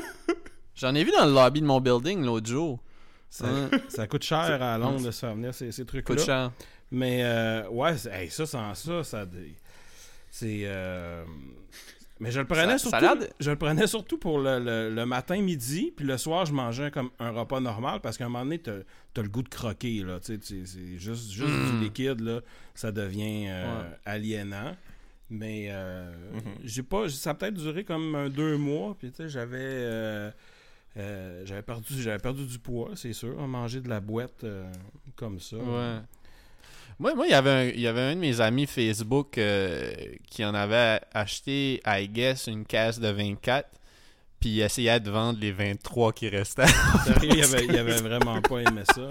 S2: J'en ai vu dans le lobby de mon building l'autre jour.
S3: Ça,
S2: Hein.
S3: ça coûte cher à Londres de se faire venir ces, ces
S2: Coup de
S3: trucs-là.
S2: cher.
S3: Mais euh, ouais, c'est- hey, ça, sans ça, ça. dé- C'est. euh, Mais je le prenais
S2: Ça- ça a
S3: surtout.
S2: l'air de-
S3: Je le prenais surtout pour le, le- le matin, midi, puis le soir, je mangeais comme un repas normal parce qu'à un moment donné, t'as as le goût de croquer, là. Tu sais, tu- c'est juste, juste
S2: Mm.
S3: du liquide, là. Ça devient euh,
S2: Ouais.
S3: aliénant. Mais euh,
S1: Mhm.
S3: j'ai pas. Ça a peut-être duré comme un deux mois, puis tu sais, j'avais. euh, euh, j'avais perdu j'avais perdu du poids, c'est sûr, à manger de la boîte euh, comme ça.
S2: Ouais. Moi, moi, il y avait un, il y avait un de mes amis Facebook euh, qui en avait acheté, I guess, une caisse de vingt-quatre, puis il essayait de vendre les vingt-trois qui restaient.
S3: Sérieux, il avait, il avait vraiment pas aimé ça.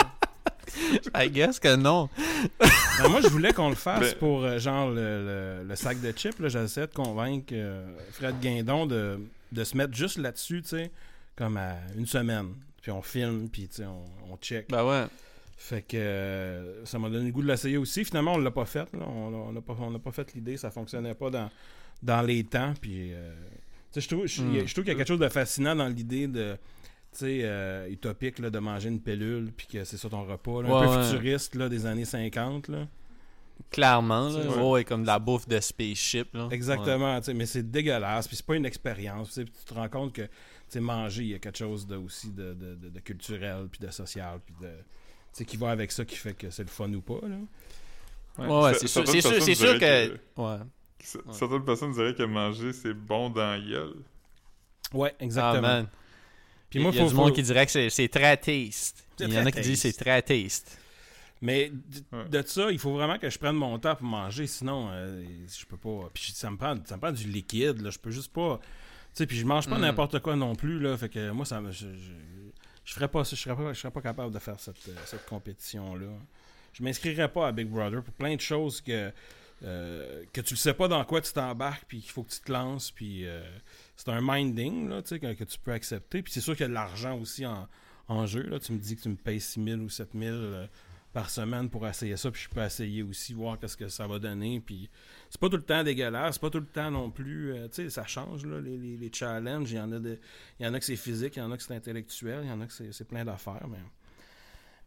S2: I guess que non.
S3: Ben, moi, je voulais qu'on le fasse
S1: Ben-
S3: pour euh, genre le, le- le sac de chips. là. J'essaie de convaincre euh, Fred Guindon de, de se mettre juste là-dessus, tu sais, comme à une semaine. Puis on filme, puis tu sais, on, on check.
S2: Ben ouais.
S3: Fait que euh, ça m'a donné le goût de l'essayer aussi. Finalement, on l'a pas fait. Là. On on n'a pas, on n'a pas fait l'idée. Ça fonctionnait pas dans, dans les temps. Puis, euh, tu sais, je trouve, je,
S2: Mm.
S3: je trouve qu'il y a quelque chose de fascinant dans l'idée de, tu sais, euh, utopique là, de manger une pilule, puis que c'est ça ton repas. là. Un
S2: Ouais,
S3: peu
S2: ouais.
S3: futuriste là, des années cinquante. Là.
S2: Clairement, là.
S3: Ouais.
S2: Ouais, comme de la bouffe de spaceship, là.
S3: Exactement, tu sais, mais c'est dégueulasse, puis c'est pas une expérience. Tu sais, puis tu te rends compte que tu sais, manger, il y a quelque chose de, aussi de, de, de, de culturel, puis de social, puis de, tu sais, qui va avec ça, qui fait que c'est le fun ou pas. Là.
S2: Ouais, ouais, c'est sûr, c'est sûr, c'est sûr que... Ouais.
S1: C- Certaines personnes diraient que manger, c'est bon dans la gueule.
S3: Ouais,
S2: Ah,
S3: exactement.
S2: man.
S3: Puis moi,
S2: il y a
S3: faut,
S2: du
S3: faut-
S2: monde qui dirait que c'est, c'est très taste.
S3: C'est
S2: Il y en a
S3: très
S2: qui disent que
S3: taste.
S2: c'est très taste.
S3: Mais d-
S1: Ouais.
S3: de ça, il faut vraiment que je prenne mon temps pour manger, sinon euh, je peux pas. Puis ça me prend, ça me prend du liquide, là. Je peux juste pas. Tu sais, puis je mange pas
S2: Mm.
S3: n'importe quoi non plus, là. Fait que moi, ça me. Je, je, je ferais pas ça. Je serais pas, je serais pas capable de faire cette, euh, cette compétition-là. Je m'inscrirais pas à Big Brother pour plein de choses que. euh, que tu ne sais pas dans quoi tu t'embarques, puis qu'il faut que tu te lances, puis euh, c'est un minding là, tu sais, que, que tu peux accepter. Puis c'est sûr qu'il y a de l'argent aussi en, en jeu. Là. Tu me dis que tu me payes six mille ou sept mille euh, par semaine pour essayer ça, puis je peux essayer aussi, voir qu'est-ce que ça va donner. Puis c'est pas tout le temps dégueulasse, c'est pas tout le temps non plus. euh, tu sais, ça change, là, les, les, les challenges. Il y en a de, il y en a que c'est physique, il y en a que c'est intellectuel, il y en a que c'est, c'est plein d'affaires, mais.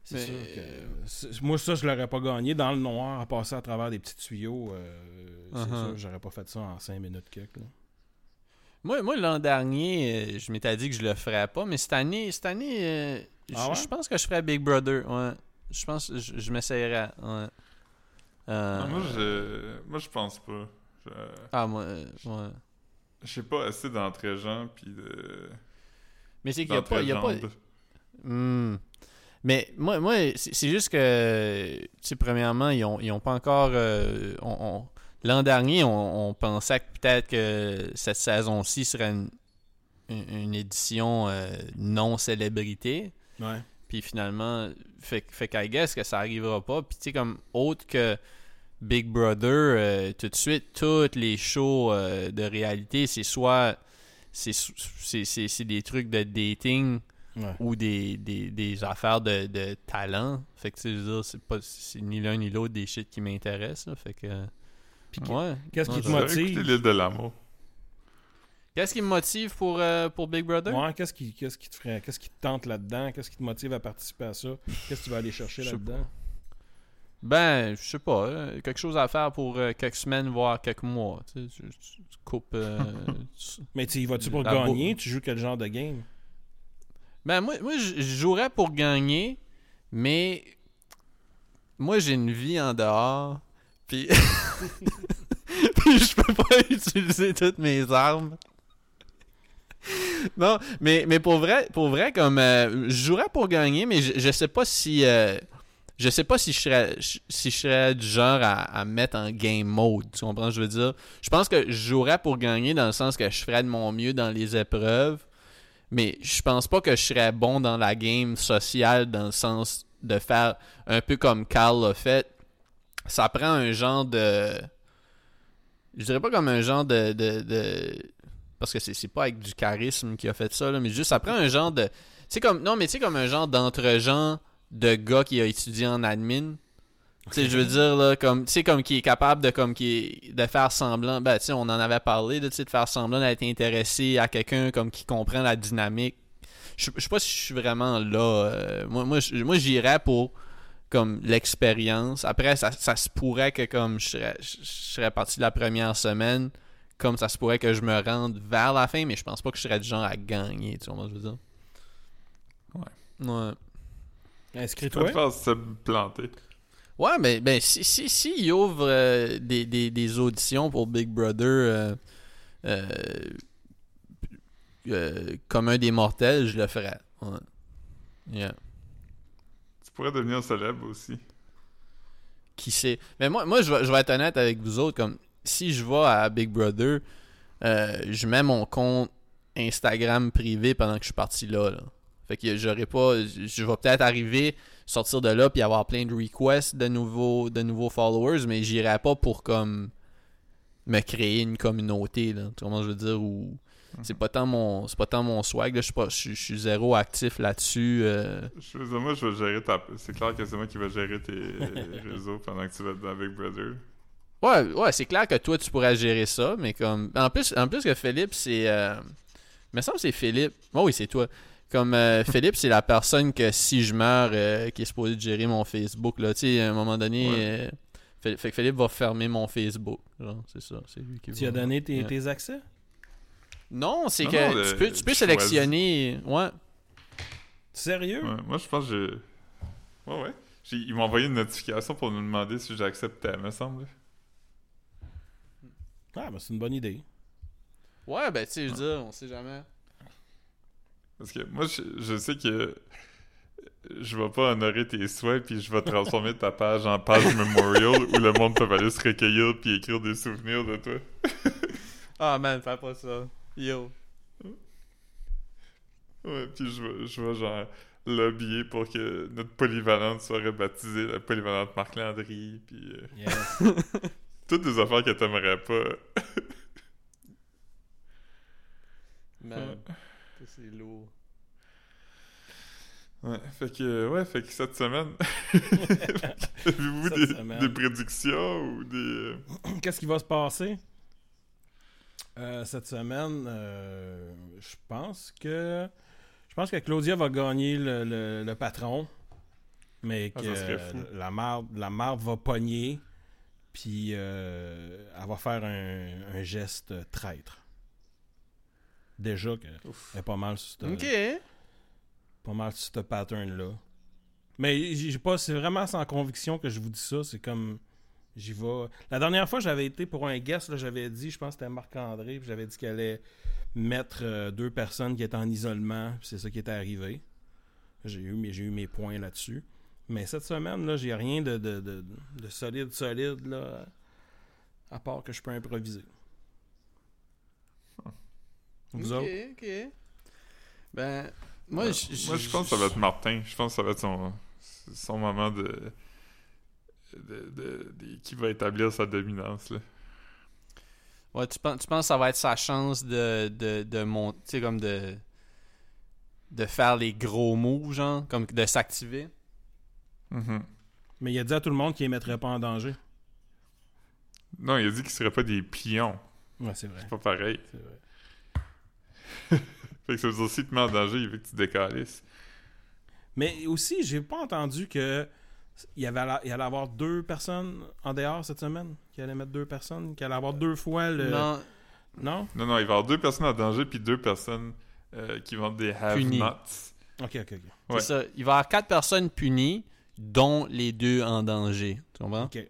S3: C'est
S2: Mais-
S3: sûr que... c'est- Moi, ça, je l'aurais pas gagné dans le noir, à passer à travers des petits tuyaux. euh, C'est
S2: Uh-huh.
S3: sûr, j'aurais pas fait ça en cinq minutes quelque. là.
S2: Moi, moi l'an dernier, euh, je m'étais dit que je le ferais pas, mais cette année, cette année, euh, je
S3: Ah ouais?
S2: je pense que je ferais Big Brother. Ouais. Je pense que je, je m'essayerais. Ouais. Euh,
S1: Non, moi, je... moi, je pense pas. Je...
S2: Ah, moi, euh, ouais.
S1: Je sais pas assez d'entre-gens, puis de...
S2: Mais c'est qu'il y a pas. Il y a pas...
S1: d'entre-jambes.
S2: Hmm. Mais moi, moi c'est c'est juste que, tu sais, premièrement, ils ont, ils ont pas encore. euh, on, on- L'an dernier, on, on pensait que peut-être que cette saison-ci serait une, une, une édition euh, non célébrité.
S3: Ouais.
S2: Puis finalement, fait, fait qu'I guess que ça arrivera pas. Puis tu sais, comme autre que Big Brother, euh, tout de suite, toutes les shows euh, de réalité, c'est soit. C'est, c'est, c'est, c'est des trucs de dating
S3: Ouais.
S2: ou des, des, des affaires de, de talent. Fait que tu sais, je veux dire, c'est pas c'est ni l'un ni l'autre des shit qui m'intéressent. là. Fait que.
S3: Puis
S2: Ouais.
S3: qu'est-ce
S2: Non,
S3: qui te
S2: je-
S1: J'aurais
S3: motive?
S1: écouté l'île de l'amour.
S2: Qu'est-ce qui me motive pour, euh, pour Big Brother?
S3: Ouais, qu'est-ce qui, qu'est-ce qui te ferait, qu'est-ce qui te tente là-dedans? Qu'est-ce qui te motive à participer à ça? Qu'est-ce que tu vas aller chercher
S2: Je sais
S3: là-dedans?
S2: Ben, je sais pas. euh, quelque chose à faire pour euh, quelques semaines, voire quelques mois. Tu sais, tu, tu- tu coupes. euh, tu-
S3: Mais tu y vas-tu pour
S2: La
S3: gagner? Tu joues quel genre de game?
S2: Ben, moi, moi je je jouerais pour gagner, mais moi, j'ai une vie en dehors, puis puis je peux pas utiliser toutes mes armes. Non, mais, mais pour vrai, pour vrai, comme euh, je jouerais pour gagner, mais je, je sais pas si euh, je sais pas si je serais si je serais du genre à, à mettre en game mode. Tu comprends ce que je veux dire? Je pense que je jouerais pour gagner dans le sens que je ferais de mon mieux dans les épreuves. Mais je pense pas que je serais bon dans la game sociale dans le sens de faire un peu comme Carl l'a fait. Ça prend un genre de... Je dirais pas comme un genre de... de, de... Parce que c'est c'est pas avec du charisme qui a fait ça, là, mais juste ça prend un genre de... C'est comme... Non, mais tu sais, comme un genre d'entre-gens de gars qui a étudié en admin. Tu sais, je veux dire, là, comme, tu sais, comme qui est capable de, comme, qui est, de faire semblant, ben, tu sais, on en avait parlé, là, tu sais, de faire semblant d'être intéressé à quelqu'un, comme, qui comprend la dynamique. Je je sais pas si je suis vraiment là. euh, moi, moi, je- moi, j'irais pour, comme, l'expérience. Après, ça, ça se pourrait que, comme, je serais, je je serais parti de la première semaine, comme ça se pourrait que je me rende vers la fin, mais je pense pas que je serais du genre à gagner, tu vois ce que je veux dire? Ouais. Ouais.
S1: Pas
S3: Inscris-toi.
S1: de faire se planter.
S2: Ouais, mais ben, si, si, si il ouvre euh, des, des, des auditions pour Big Brother euh, euh, euh, comme un des mortels, je le ferais. Ouais. Yeah.
S1: Tu pourrais devenir célèbre aussi.
S2: Qui sait? Mais moi, moi je, vais, je vais être honnête avec vous autres. Comme si je vais à Big Brother, euh, je mets mon compte Instagram privé pendant que je suis parti là. là. Fait que j'aurais pas. Je vais peut-être arriver, sortir de là, puis avoir plein de requests de nouveaux, de nouveaux followers, mais j'irai pas pour comme me créer une communauté. Là. Tu vois comment je veux dire? Ou c'est pas tant mon. C'est pas tant mon swag. Là. Je suis pas. Je suis- je suis zéro actif là-dessus. euh.
S1: Je veux dire, moi, je vais gérer ta... C'est clair que c'est moi qui vais gérer tes réseaux pendant que tu vas être dans Big Brother.
S2: Ouais, ouais, c'est clair que toi tu pourrais gérer ça, mais comme. En plus, en plus que Philippe, c'est. Euh... Il me semble que c'est Philippe. Oh oui, c'est toi. Comme euh, Philippe, c'est la personne que si je meurs, euh, qui est supposé de gérer mon Facebook. Là. Tu sais, à un moment donné,
S1: Ouais.
S2: euh, fait, fait que Philippe va fermer mon Facebook. Genre, c'est ça. C'est lui qui
S3: Tu
S2: va-
S3: as donné tes,
S2: Ouais.
S3: tes accès?
S2: Non, c'est
S1: Non,
S2: que
S1: non,
S2: tu
S1: le-
S2: peux, tu peux
S1: je
S2: sélectionner. Ouais.
S3: Sérieux?
S1: Ouais, moi, je pense que j'ai... Ouais, ouais. J'ai- Ils m'ont envoyé une notification pour nous demander si j'acceptais, me semble.
S3: Ah, ben c'est une bonne idée.
S2: Ouais, ben tu sais, je veux dire, on sait jamais.
S1: Parce que moi, je, je sais que je vais pas honorer tes souhaits, puis je vais transformer ta page en page memorial où le monde peut aller se recueillir puis écrire des souvenirs de toi.
S2: Ah man, fais pas ça. Yo.
S1: Ouais, puis je vais, je vais genre lobbyer pour que notre polyvalente soit rebaptisée la polyvalente Marc Landry, puis euh,
S3: Yes.
S1: toutes des affaires que t'aimerais pas.
S2: Man, ça, c'est lourd.
S1: Ouais, fait que, ouais, fait que cette semaine, avez-vous
S3: Cette
S1: des,
S3: semaine.
S1: des prédictions ou des... euh,
S3: Qu'est-ce qui va se passer? Euh, cette semaine, euh, je pense que je pense que Claudia va gagner le, le- le patron. mais
S1: Ah,
S3: que
S1: ça serait fou.
S3: la marde, la marde va pogner, puis euh, elle va faire un, un geste traître. Déjà qu'elle est pas mal sur ce
S2: Ok.
S3: pas mal sur ce pattern-là. Mais j'ai pas, c'est vraiment sans conviction que je vous dis ça. C'est comme, j'y vais. La dernière fois, j'avais été pour un guest, là, j'avais dit, je pense que c'était Marc-André, puis j'avais dit qu'elle allait mettre euh, deux personnes qui étaient en isolement, puis c'est ça qui était arrivé. J'ai eu, mes- j'ai eu mes points là-dessus. Mais cette semaine, là, j'ai rien de, de, de, de solide, solide, là, à part que je peux improviser. Vous
S2: ok,
S3: autres?
S2: ok. Ben, moi,
S1: Ouais.
S2: je
S1: Moi, je pense que ça va être Martin. Je pense que ça va être son, son moment de, de, de- de- qui va établir sa dominance. Là.
S2: Ouais, tu penses, tu penses que ça va être sa chance de, de, de monter, tu sais, comme de, de faire les gros moves, genre, comme de s'activer?
S1: Mhm.
S3: Mais il a dit à tout le monde qu'il ne les mettrait pas en danger.
S1: Non, il a dit qu'il ne serait pas des pions.
S3: Ouais, c'est vrai.
S1: C'est pas pareil.
S3: C'est vrai.
S1: Fait que ça veut dire aussi que tu te mets en danger, il veut que tu décalisses.
S3: Mais aussi, j'ai pas entendu que il y avait il allait avoir deux personnes en dehors cette semaine, qu'il allait mettre deux personnes, qu'il allait avoir deux fois le.
S2: Non,
S3: Non?
S1: Non, non, il va y avoir deux personnes en danger, puis deux personnes euh, qui vont être des
S2: Punies.
S1: have-nots.
S3: Ok, ok, ok.
S2: c'est
S1: Ouais.
S2: ça. Il va y avoir quatre personnes punies, dont les deux en danger. Tu comprends?
S3: Ok.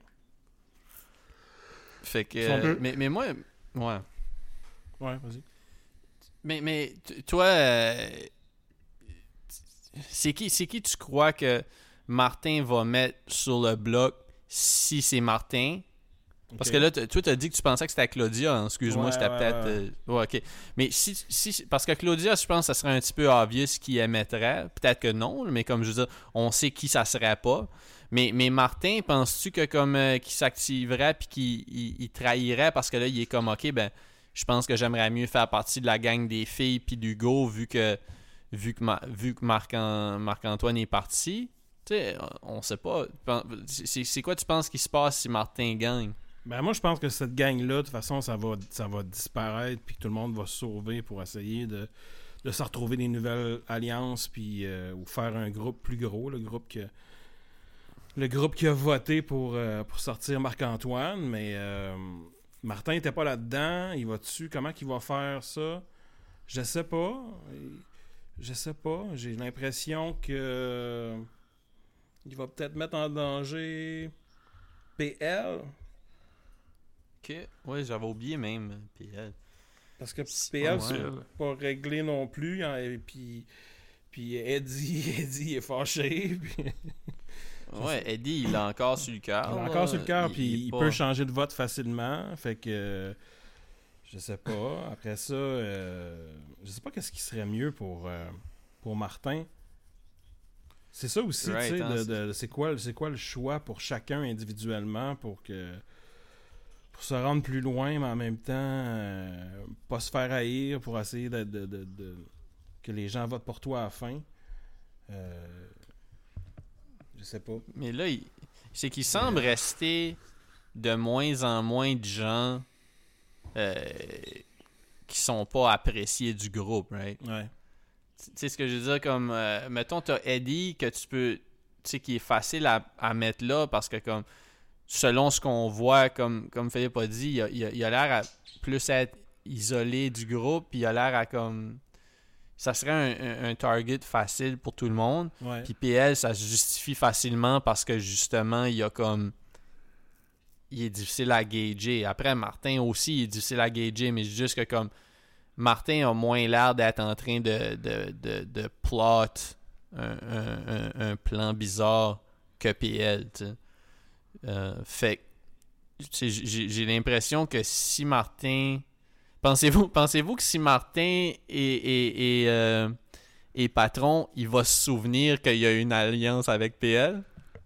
S2: Fait que.
S3: Ils sont deux.
S2: mais, mais moi. Ouais.
S3: Ouais, vas-y.
S2: Mais, mais t- toi, euh, c'est qui, c'est qui tu crois que Martin va mettre sur le bloc si c'est Martin? Parce
S3: Ok.
S2: que là, t- toi, tu as dit que tu pensais que c'était à Claudia. hein. Excuse-moi,
S3: Ouais,
S2: c'était
S3: ouais,
S2: peut-être.
S3: ouais.
S2: euh, ouais, ok. Mais si, si. Parce que Claudia, je pense que ça serait un petit peu obvious qui émettrait. Peut-être que non, mais comme je veux dire, on sait qui ça serait pas. Mais, mais Martin, penses-tu que comme euh, qu'il s'activerait puis qu'il il, il trahirait parce que là, il est comme ok, ben. Je pense que j'aimerais mieux faire partie de la gang des filles puis d'Hugo vu que vu que, Ma- vu que Marc Marc-Antoine est parti. Tu sais, on sait pas. C'est c'est quoi tu penses qui se passe si Martin gagne?
S3: Ben moi je pense que cette gang-là, de toute façon, ça va, ça va disparaître, puis que tout le monde va se sauver pour essayer de, de se retrouver des nouvelles alliances, puis euh, ou faire un groupe plus gros, le groupe que le groupe qui a voté pour, euh, pour sortir Marc-Antoine, mais euh, Martin était pas là-dedans. Il va dessus. Comment qu'il va faire ça? Je sais pas. Je sais pas. J'ai l'impression que il va peut-être mettre en danger P L.
S2: Ok. Ouais, j'avais oublié même P L.
S3: Parce que
S2: Si-
S3: P L,
S2: ouais.
S3: c'est pas réglé non plus. hein, et puis, puis Eddie, Eddie est fâché. Puis
S2: Ouais, Eddie, il a encore sur le cœur.
S3: il est
S2: là.
S3: encore sur le cœur.
S2: Il-
S3: Puis
S2: il est
S3: il,
S2: pas-
S3: peut changer de vote facilement. Fait que euh, je sais pas. Après ça, euh, je sais pas qu'est-ce qui serait mieux pour, euh, pour Martin. C'est ça aussi,
S2: Right,
S3: tu sais,
S2: hein,
S3: de-
S2: c'est-
S3: de- c'est quoi, c'est quoi le choix pour chacun individuellement pour que pour se rendre plus loin, mais en même temps euh, pas se faire haïr pour essayer de, de- de- de- que les gens votent pour toi à la fin. Euh, je sais pas.
S2: Mais là, il- c'est qu'il semble rester de moins en moins de gens euh, qui sont pas appréciés du groupe, right?
S3: Ouais.
S2: Tu sais ce que je veux dire, comme, euh, mettons, t'as Eddie que tu peux, tu sais, qui est facile à, à mettre là parce que, comme, selon ce qu'on voit, comme, comme Philippe a dit, il a, il a- il a l'air à plus être isolé du groupe, puis il a l'air à, comme, ça serait un, un- un target facile pour tout le monde.
S3: Ouais.
S2: Puis P L, ça se justifie facilement parce que, justement, il y a, comme, il est difficile à gager. Après, Martin aussi, il est difficile à gager, mais c'est juste que, comme, Martin a moins l'air d'être en train de, de, de, de plot un, un- un- un plan bizarre que P L, tu sais. Euh, fait que, tu sais, j'ai j'ai l'impression que si Martin... Pensez-vous pensez-vous que si Martin est, est, est, euh, est patron, il va se souvenir qu'il y a une alliance avec P L?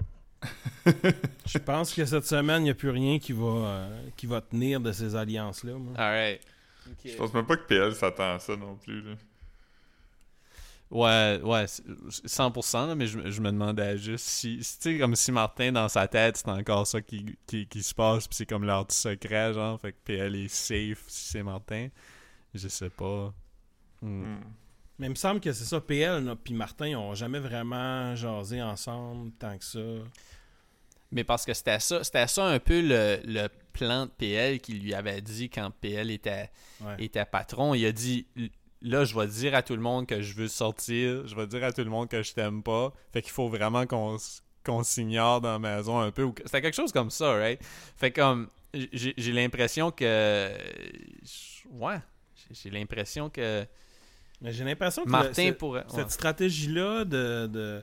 S3: Je pense que cette semaine, il n'y a plus rien qui va, euh, qui va tenir de ces alliances-là. moi.
S2: Alright.
S1: Je pense même pas que P L s'attend à ça non plus. Là.
S2: Ouais, ouais, c'est- cent pour cent, là, mais je, je me demandais juste si, tu sais, comme si Martin, dans sa tête, c'est encore ça qui, qui, qui se passe, puis c'est comme leur petit secret, genre, fait que P L est safe si c'est Martin. Je sais pas. Hmm.
S1: Hmm.
S3: Mais il me semble que c'est ça, P L puis Martin, ils n'ont jamais vraiment jasé ensemble tant que ça.
S2: Mais parce que c'était ça, c'était ça un peu le, le plan de P L qu'il lui avait dit quand P L était,
S3: Ouais.
S2: était patron. Il a dit, là, je vais dire à tout le monde que je veux sortir, je vais dire à tout le monde que je t'aime pas. Fait qu'il faut vraiment qu'on, s- qu'on s'ignore dans la maison un peu. Ou que- C'était quelque chose comme ça, right? Fait comme, j'ai, j'ai l'impression que... Ouais, j'ai, j'ai l'impression que
S3: Mais j'ai l'impression que
S2: Martin
S3: le- ce-
S2: pourrait...
S3: cette
S2: ouais.
S3: stratégie-là de, de,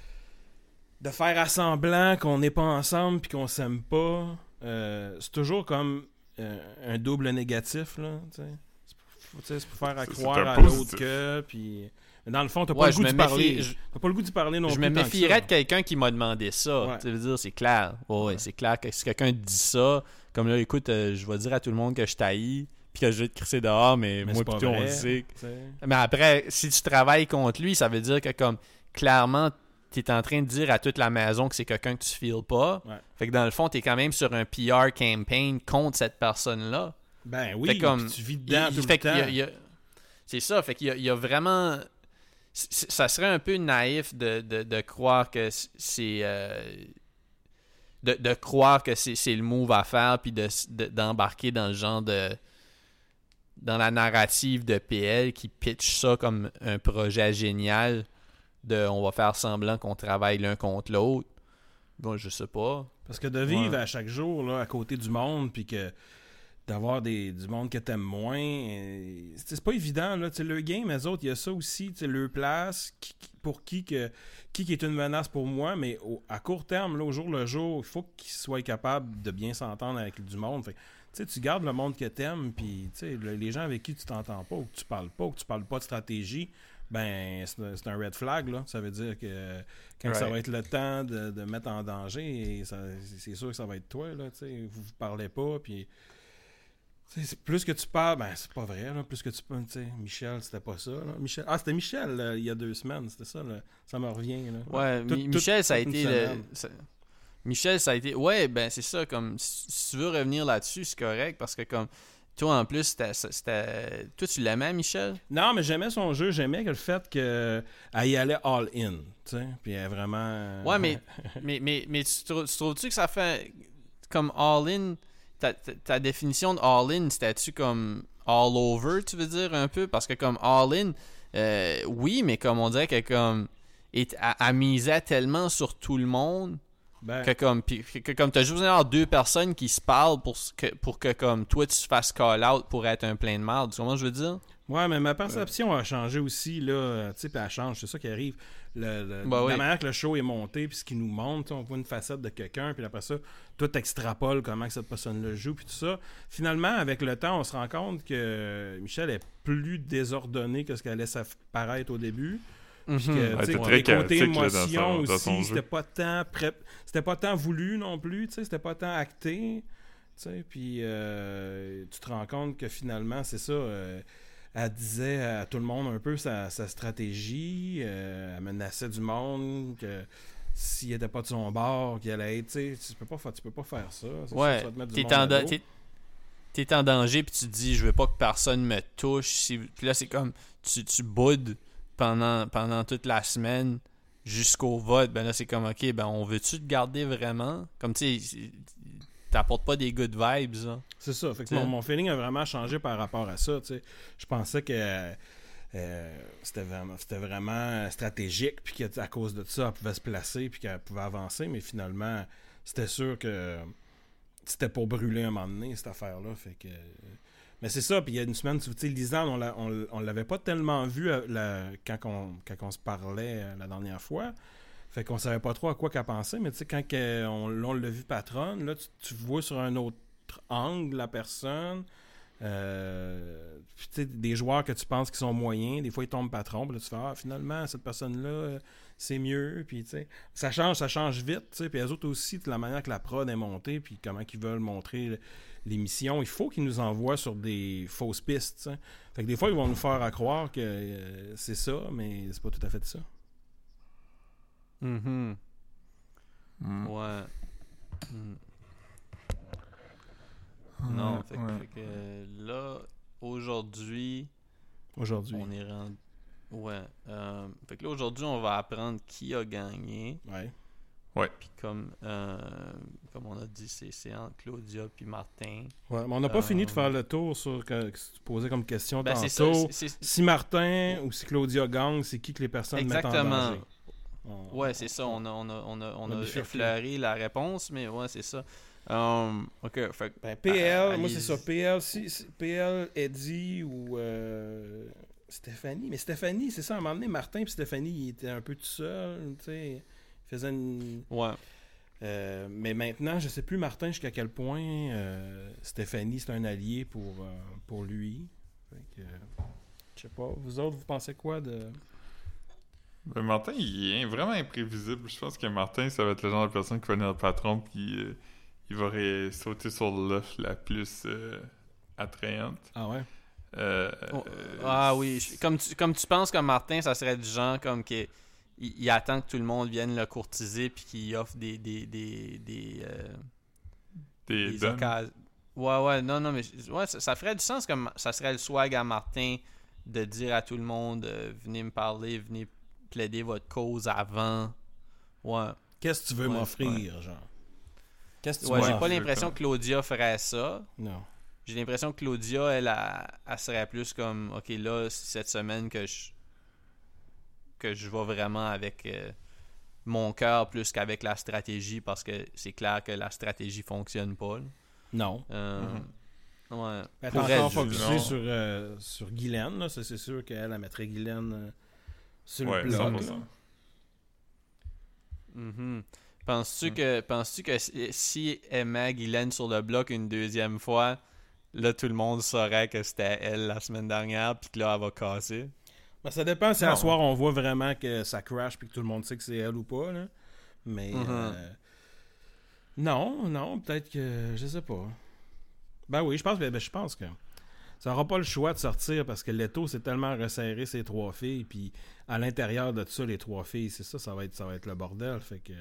S3: de faire à semblant qu'on n'est pas ensemble puis qu'on s'aime pas, euh, c'est toujours comme euh, un double négatif, là, tu sais. C'est pour- tu sais, c'est pour faire à
S1: C'est-
S3: croire
S1: c'est un
S3: à l'autre
S1: positif.
S3: que, puis... Mais dans le fond, t'as pas
S2: Ouais,
S3: le
S2: je
S3: goût
S2: me
S3: d'y parler.
S2: méfie- je-
S3: T'as pas le goût d'y parler non
S2: Je
S3: plus
S2: me
S3: tant que
S2: méfierais
S3: ça.
S2: de quelqu'un qui m'a demandé ça.
S3: Ouais.
S2: Tu veux dire, c'est clair. Ouais, ouais,
S3: Ouais.
S2: c'est clair que si quelqu'un dit ça, comme là, écoute, euh, je vais dire à tout le monde que je t'haïs, puis que je vais te crisser dehors, mais,
S3: Mais
S2: moi
S3: c'est pas
S2: plutôt on
S3: vrai,
S2: le sait.
S3: tu sais.
S2: Mais après, si tu travailles contre lui, ça veut dire que comme clairement, t'es en train de dire à toute la maison que c'est quelqu'un que tu files pas.
S3: Ouais.
S2: Fait que dans le fond, t'es quand même sur un P R campaign contre cette personne-là.
S3: Ben oui,
S2: Fait comme,
S3: puis tu vis dedans
S2: Il-
S3: tout
S2: fait
S3: le
S2: qu'il y a-
S3: temps.
S2: il y a- c'est ça, fait qu'il y a, il y a vraiment... c- Ça serait un peu naïf de, de, de croire que c'est... euh, de, de croire que c'est, c'est le move à faire, puis de, de- d'embarquer dans le genre de... dans la narrative de P L qui pitch ça comme un projet génial de on va faire semblant qu'on travaille l'un contre l'autre. Bon, je sais pas.
S3: Parce que de vivre
S2: Ouais.
S3: à chaque jour là, à côté du monde, puis que d'avoir des, du monde que t'aimes moins, euh, c'est c'est pas évident. Là. Tu sais, le game, eux autres, il y a ça aussi, tu sais, leur place, qui- qui- pour qui que qui, qui est une menace pour moi, mais au- à court terme, là, au jour le jour, il faut qu'ils soient capables de bien s'entendre avec du monde. Fait que, tu sais, tu gardes le monde que t'aimes, puis tu sais, le- les gens avec qui tu t'entends pas, ou que tu parles pas, ou que tu parles pas de stratégie, ben c'est c'est un red flag, là. Ça veut dire que quand ça
S2: Right.
S3: va être le temps de, de mettre en danger, et ça- c'est sûr que ça va être toi, là, tu sais. Vous vous parlez pas, puis... tu sais, c'est plus que tu parles, ben c'est pas vrai, là, plus que tu peux, tu sais, Michel, c'était pas ça, là. Michel, ah, c'était Michel, là, il y a deux semaines, c'était ça, là. Ça me revient, là.
S2: Ouais,
S3: Tout-
S2: Mi-
S3: tout-
S2: Michel, ça a
S3: toute une
S2: été... le-
S3: semaine.
S2: ça- Michel, ça a été... Ouais, ben c'est ça, comme... Si si tu veux revenir là-dessus, c'est correct, parce que comme... Toi, en plus, c'était... c'était- Toi, tu l'aimais, Michel?
S3: Non, mais j'aimais son jeu, j'aimais que le fait qu'elle y allait all-in, tu sais, puis elle est vraiment...
S2: Ouais, mais, mais, mais, mais tu, trou- tu trouves-tu que ça fait... Comme all-in... Ta, ta, ta définition de all-in, c'était-tu comme all over, tu veux dire, un peu? Parce que comme all-in, euh, oui, mais comme on dirait que comme... Elle, elle misait tellement sur tout le monde...
S3: Ben,
S2: Que comme, pis, que, que comme t'as juste besoin d'avoir deux personnes qui se parlent pour que, pour que comme toi tu fasses call out pour être un plein de merde. Tu comprends ce que je veux dire?
S3: ouais, mais ma perception a changé aussi, là, tu sais, puis elle change, c'est ça qui arrive. Le, le-
S2: Bah
S3: la
S2: oui.
S3: manière que le show est monté, puis ce qu'il nous montre, tu sais, on voit une facette de quelqu'un, puis après ça, tout extrapole comment que cette personne-là joue, puis tout ça. Finalement, avec le temps, on se rend compte que Michel est plus désordonné que ce qu'elle laisse paraître au début. Puis que,
S2: Mhm.
S1: Ouais,
S3: tu sais,
S1: t'es
S3: que
S1: très
S3: les côtés
S1: chaotique, là, dans
S3: émotions
S1: son- dans son
S3: aussi,
S1: jeu.
S3: c'était pas tant pré- c'était pas tant voulu non plus, tu sais, c'était pas tant acté, tu sais, puis euh, tu te rends compte que finalement, c'est ça, euh, elle disait à tout le monde un peu sa, sa stratégie, euh, elle menaçait du monde, que s'il était pas de son bord, qu'il allait être, tu sais, tu peux pas faire, tu peux pas faire ça. c'est sûr,
S2: Ouais,
S3: ça va te mettre du
S2: t'es
S3: monde
S2: en,
S3: à
S2: da-
S3: dos.
S2: t'es, t'es en danger puis tu te dis je veux pas que personne me touche. Si... Puis là c'est comme tu, tu boudes pendant, pendant toute la semaine jusqu'au vote. Ben là c'est comme ok, ben on veut-tu te garder vraiment? Comme tu sais, t'apportes pas des good vibes. Hein?
S3: C'est ça. Fait que
S2: T'sais.
S3: mon, mon feeling a vraiment changé par rapport à ça. T'sais. Je pensais que euh, c'était vraiment, c'était vraiment stratégique, puis qu'à cause de ça, elle pouvait se placer, puis qu'elle pouvait avancer, mais finalement, c'était sûr que c'était pour brûler un moment donné, cette affaire-là. Fait que. Mais c'est ça, puis il y a une semaine, tu sais, Lisanne, on, l'a, on, on l'avait pas tellement vu euh, la- quand, on, quand on se parlait euh, la dernière fois. Fait qu'on savait pas trop à quoi qu'elle pensait, mais tu sais, quand que on, là, on l'a vu patronne, là, tu, tu vois sur un autre angle la personne. Euh, puis tu sais, des joueurs que tu penses qui sont moyens, des fois ils tombent patron, puis là tu fais ah finalement cette personne-là euh, c'est mieux, puis tu sais, ça change, ça change vite, tu sais, puis les autres aussi, de la manière que la prod est montée, puis comment ils veulent montrer l'émission, il faut qu'ils nous envoient sur des fausses pistes, tu sais. Fait que des fois ils vont nous faire à croire que euh, c'est ça, mais c'est pas tout à fait ça.
S2: Mhm.
S1: Mm.
S2: Ouais. Mm. Non, fait, que-
S1: ouais.
S2: fait que là, aujourd'hui,
S3: Aujourd'hui.
S2: on est rendu. Ouais. Euh, fait que là, aujourd'hui, on va apprendre qui a gagné.
S3: Ouais.
S1: Ouais.
S2: Puis comme, euh, comme on a dit, c'est, c'est entre Claudia puis Martin.
S3: Ouais, mais on n'a pas
S2: Euh,
S3: fini de faire le tour sur que, que tu posais comme question
S2: Ben,
S3: tantôt.
S2: c'est ça. c'est- c'est-
S3: Si Martin ou si Claudia gagne, c'est qui que les personnes mettent en
S2: Exactement.
S3: danger? On-
S2: Ouais, c'est ça. On a, on a, on a, on
S3: On a
S2: a
S3: bifurqué.
S2: effleuré la réponse, mais ouais, c'est ça. Um, ok, fait que-
S3: Ben, P L,
S2: Ah,
S3: moi c'est
S2: allez-y.
S3: ça. P L, si, si- P L, Eddie ou euh, Stéphanie. Mais Stéphanie, c'est ça, à un moment donné, Martin et Stéphanie, ils étaient un peu tout seuls, tu sais. Ils faisaient une.
S2: Ouais.
S3: Euh, mais maintenant, je sais plus, Martin, jusqu'à quel point euh, Stéphanie, c'est un allié pour, euh, pour lui. Fait que, euh, je sais pas, vous autres, vous pensez quoi de.
S1: Ben, Martin, il est vraiment imprévisible. Je pense que Martin, ça va être le genre de personne qui va venir le patron, puis euh, il va ré- sauter sur l'offre la plus euh, attrayante.
S3: Ah ouais?
S1: Euh,
S2: Oh,
S1: euh,
S2: ah oui, je- comme tu, comme tu penses que Martin, ça serait du genre comme qu'il il, il attend que tout le monde vienne le courtiser puis qu'il offre des des des des, euh,
S1: Des
S2: des
S1: donnes.
S2: occasions. Ouais ouais, non non mais ouais, ça, ça ferait du sens comme ça serait le swag à Martin de dire à tout le monde euh, venez me parler, venez plaider votre cause avant. Ouais.
S3: Qu'est-ce que tu veux
S2: Ouais,
S3: m'offrir, genre? Qu'est-ce que tu
S2: Ouais,
S3: veux
S2: j'ai
S1: Ouais,
S2: pas
S1: c'est
S2: l'impression que Claudia ferait ça.
S3: Non.
S2: J'ai l'impression que Claudia, elle, elle, elle serait plus comme, ok, là, c'est cette semaine que je que je vais vraiment avec euh, mon cœur plus qu'avec la stratégie parce que c'est clair que la stratégie fonctionne pas. là.
S3: Non.
S2: Euh, Ouais.
S3: Elle est
S2: Pour
S3: encore
S2: elle, je-
S3: focusée
S1: non.
S3: sur, euh, sur Guylaine, là. Ça, c'est sûr qu'elle, elle mettrait Guylaine euh, sur
S1: Ouais,
S3: le
S1: cent
S3: blog.
S1: pour cent.
S3: là.
S2: Mhm. Penses-tu
S1: Mm.
S2: que penses-tu que si, si elle met Guylaine sur le bloc une deuxième fois, là tout le monde saurait que c'était elle la semaine dernière puis que là elle va casser?
S3: Ben, ça dépend si à
S1: Non.
S3: soir on voit vraiment que ça crash puis que tout le monde sait que c'est elle ou pas. Là. Mais
S2: Mhm.
S3: euh, non, non, peut-être que je sais pas. Ben oui, je pense, ben, ben, je pense que ça n'aura pas le choix de sortir parce que Leto s'est tellement resserré ses trois filles puis à l'intérieur de tout ça les trois filles, c'est ça, ça va être ça va être le bordel, fait que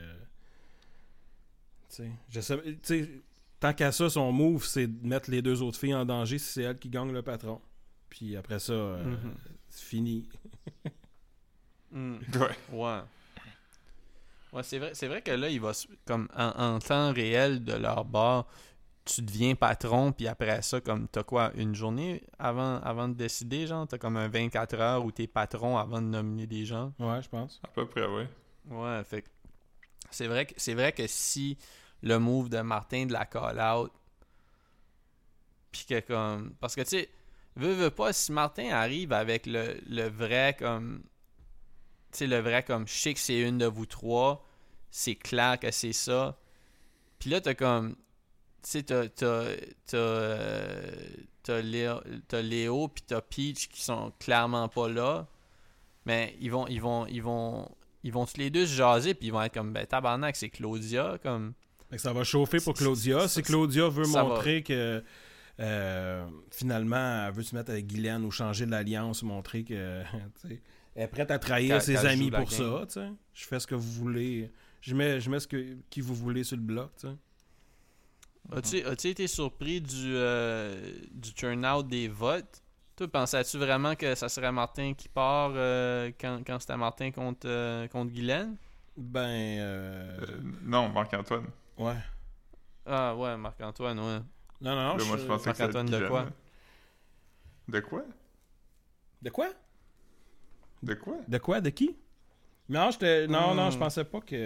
S3: tu sais, je sais, tu sais, tant qu'à ça son move c'est de mettre les deux autres filles en danger si c'est elle qui gagne le patron. Puis après ça euh,
S2: Mhm.
S3: c'est fini.
S2: Mm.
S1: Ouais.
S2: Ouais. Ouais, c'est vrai, c'est vrai que là, il va s- comme en, en temps réel de leur bord, tu deviens patron, puis après ça, comme t'as quoi, une journée avant, avant de décider, genre, t'as comme un vingt-quatre heures où t'es patron avant de nominer des gens.
S3: Ouais, je pense.
S1: À peu près, ouais.
S2: Ouais, fait que c'est vrai que c'est vrai que si le move de Martin de la call-out, puis que comme. Parce que tu sais, veux, veux pas, si Martin arrive avec le, le vrai comme. Tu sais, le vrai comme je sais que c'est une de vous trois, c'est clair que c'est ça. Puis là, t'as comme. Tu sais, t'as. T'as. T'as. euh, T'as Léo, t'as Léo puis t'as Peach qui sont clairement pas là. Mais ils vont. Ils vont. Ils vont. Ils vont tous les deux se jaser puis ils vont être comme ben tabarnak, c'est Claudia comme.
S3: Fait que ça va chauffer pour
S2: C'est-
S3: Claudia.
S2: c'est-
S3: Si
S2: c'est-
S3: Claudia veut
S2: ça
S3: montrer que euh, finalement elle veut se mettre avec Guylaine ou changer de l'alliance, montrer que tu sais, elle est prête à trahir
S2: Qu'elle-
S3: ses
S2: qu'elle
S3: amis
S2: joue la
S3: pour
S2: game.
S3: ça. Tu sais. Je fais ce que vous voulez. Je mets, je mets ce que qui vous voulez sur le bloc. Tu sais.
S2: As-tu, as-tu été surpris du, euh, du turnout des votes? Toi, pensais-tu vraiment que ça serait Martin qui part euh, quand, quand c'était Martin contre, euh, contre Guylaine?
S3: Ben euh,
S1: Euh, non, Marc-Antoine.
S3: ouais.
S2: Ah ouais, Marc-Antoine, ouais.
S3: Non, non, non.
S1: Là, moi, je pensais que c'était
S2: Marc-Antoine de
S1: Guylaine,
S2: quoi?
S1: là. De quoi?
S3: De quoi?
S1: De quoi?
S3: De quoi? De qui? Non, j'étais. Non,
S2: Hmm.
S3: non, je pensais pas que.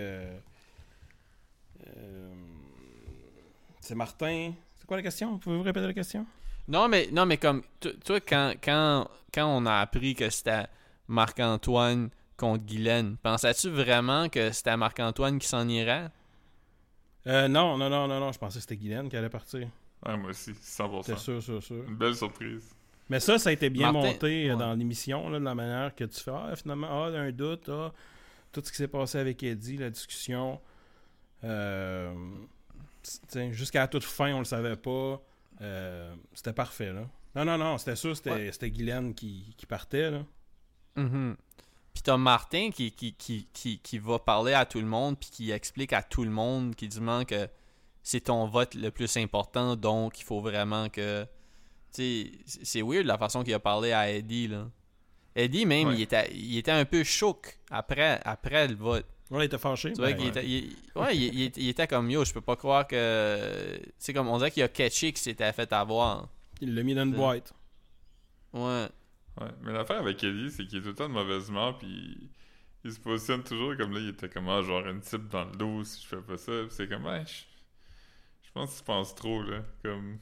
S3: euh, C'est Martin. C'est quoi la question? Pouvez-vous répéter la question?
S2: Non, mais, non, mais comme, to- toi, quand, quand, quand on a appris que c'était Marc-Antoine contre Guylaine, pensais-tu vraiment que c'était Marc-Antoine qui s'en irait?
S3: Euh, non, non, non, non, non, je pensais que c'était Guylaine qui allait partir.
S1: Ouais, moi aussi, cent pour cent.
S3: C'était sûr, sûr, sûr.
S1: Une belle surprise.
S3: Mais ça, ça a été bien
S2: Martin-
S3: monté euh,
S2: ouais.
S3: dans l'émission, là, de la manière que tu fais. Ah, finalement, ah, un doute, ah, tout ce qui s'est passé avec Eddie, la discussion. Euh, t'sais, jusqu'à la toute fin, on le savait pas. Euh, c'était parfait, là. Non, non, non, c'était sûr, c'était,
S2: Ouais.
S3: c'était Guylaine qui, qui partait, là.
S2: Mhm. Puis t'as Martin qui, qui, qui, qui, qui va parler à tout le monde puis qui explique à tout le monde qui dit que c'est ton vote le plus important, donc il faut vraiment que... Tu sais, c'est weird la façon qu'il a parlé à Eddie, là. Eddie, même,
S1: Ouais.
S2: il, était, il était un peu choc après, après le vote.
S3: Ouais, il était fâché.
S2: Tu vois
S3: ben,
S2: qu'il
S3: ouais.
S2: était, il, ouais, il, il- il était comme yo, je peux pas croire que. C'est comme, on dirait qu'il a catché qu'il s'était fait avoir.
S3: Il l'a mis dans une
S2: C'est-
S3: boîte.
S2: Ouais.
S1: Ouais, mais l'affaire avec Eddie, c'est qu'il est tout le temps de mauvaise humeur, puis il se positionne toujours comme là, il était comme, ah, je vais avoir une type dans le dos si je fais pas ça. Puis c'est comme, ouais, je, je pense que tu penses trop, là. Comme,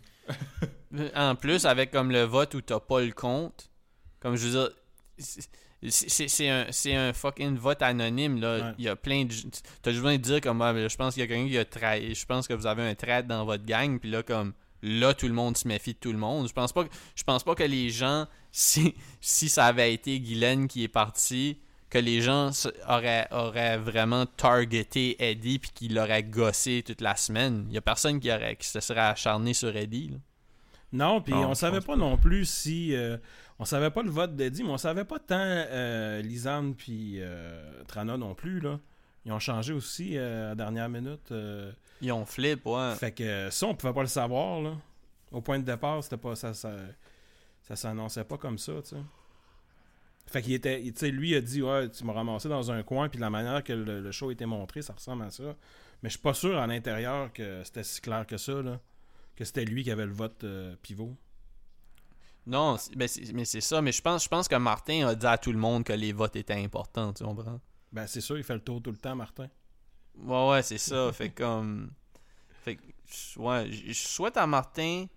S2: En plus, avec comme le vote où t'as pas le compte, comme je veux dire, c'est- c'est c'est un, c'est un fucking vote anonyme, là.
S3: Ouais.
S2: Il y a plein de. T'as juste besoin de dire comme, ah, mais je pense qu'il y a quelqu'un qui a trahi. Je pense que vous avez un trait dans votre gang, puis là, comme. Là, tout le monde se méfie de tout le monde. Je pense pas que, je pense pas que les gens, si, si ça avait été Guylaine qui est parti, que les gens se- auraient, auraient vraiment targeté Eddie puis qu'il l'aurait gossé toute la semaine. Il y a personne qui, aurait, qui se serait acharné sur Eddie. Là.
S3: Non, puis
S1: Non,
S3: on
S1: je
S3: savait
S1: pense
S3: pas
S1: pas.
S3: non plus si... euh, on savait pas le vote d'Eddie, mais on savait pas tant euh, Lisanne puis euh, Trana non plus, là. Ils ont changé aussi euh, à la dernière minute. euh,
S2: Ils ont flip, ouais.
S3: Fait que ça, on pouvait pas le savoir, là. Au point de départ, c'était pas ça, ça, ça s'annonçait pas comme ça, tu sais. Fait qu'il était, tu sais, lui a dit, ouais, tu m'as ramassé dans un coin, puis la manière que le, le show était montré, ça ressemble à ça. Mais je suis pas sûr à l'intérieur que c'était si clair que ça, là. Que c'était lui qui avait le vote euh, pivot.
S2: Non, c'est- ben c'est- mais c'est ça. Mais je pense, je pense que Martin a dit à tout le monde que les votes étaient importants, tu comprends?
S3: Ben, c'est sûr, il fait le tour tout le temps, Martin.
S2: Ouais, ouais, c'est ça. Fait comme. Fait que, ouais, je je souhaite à Martin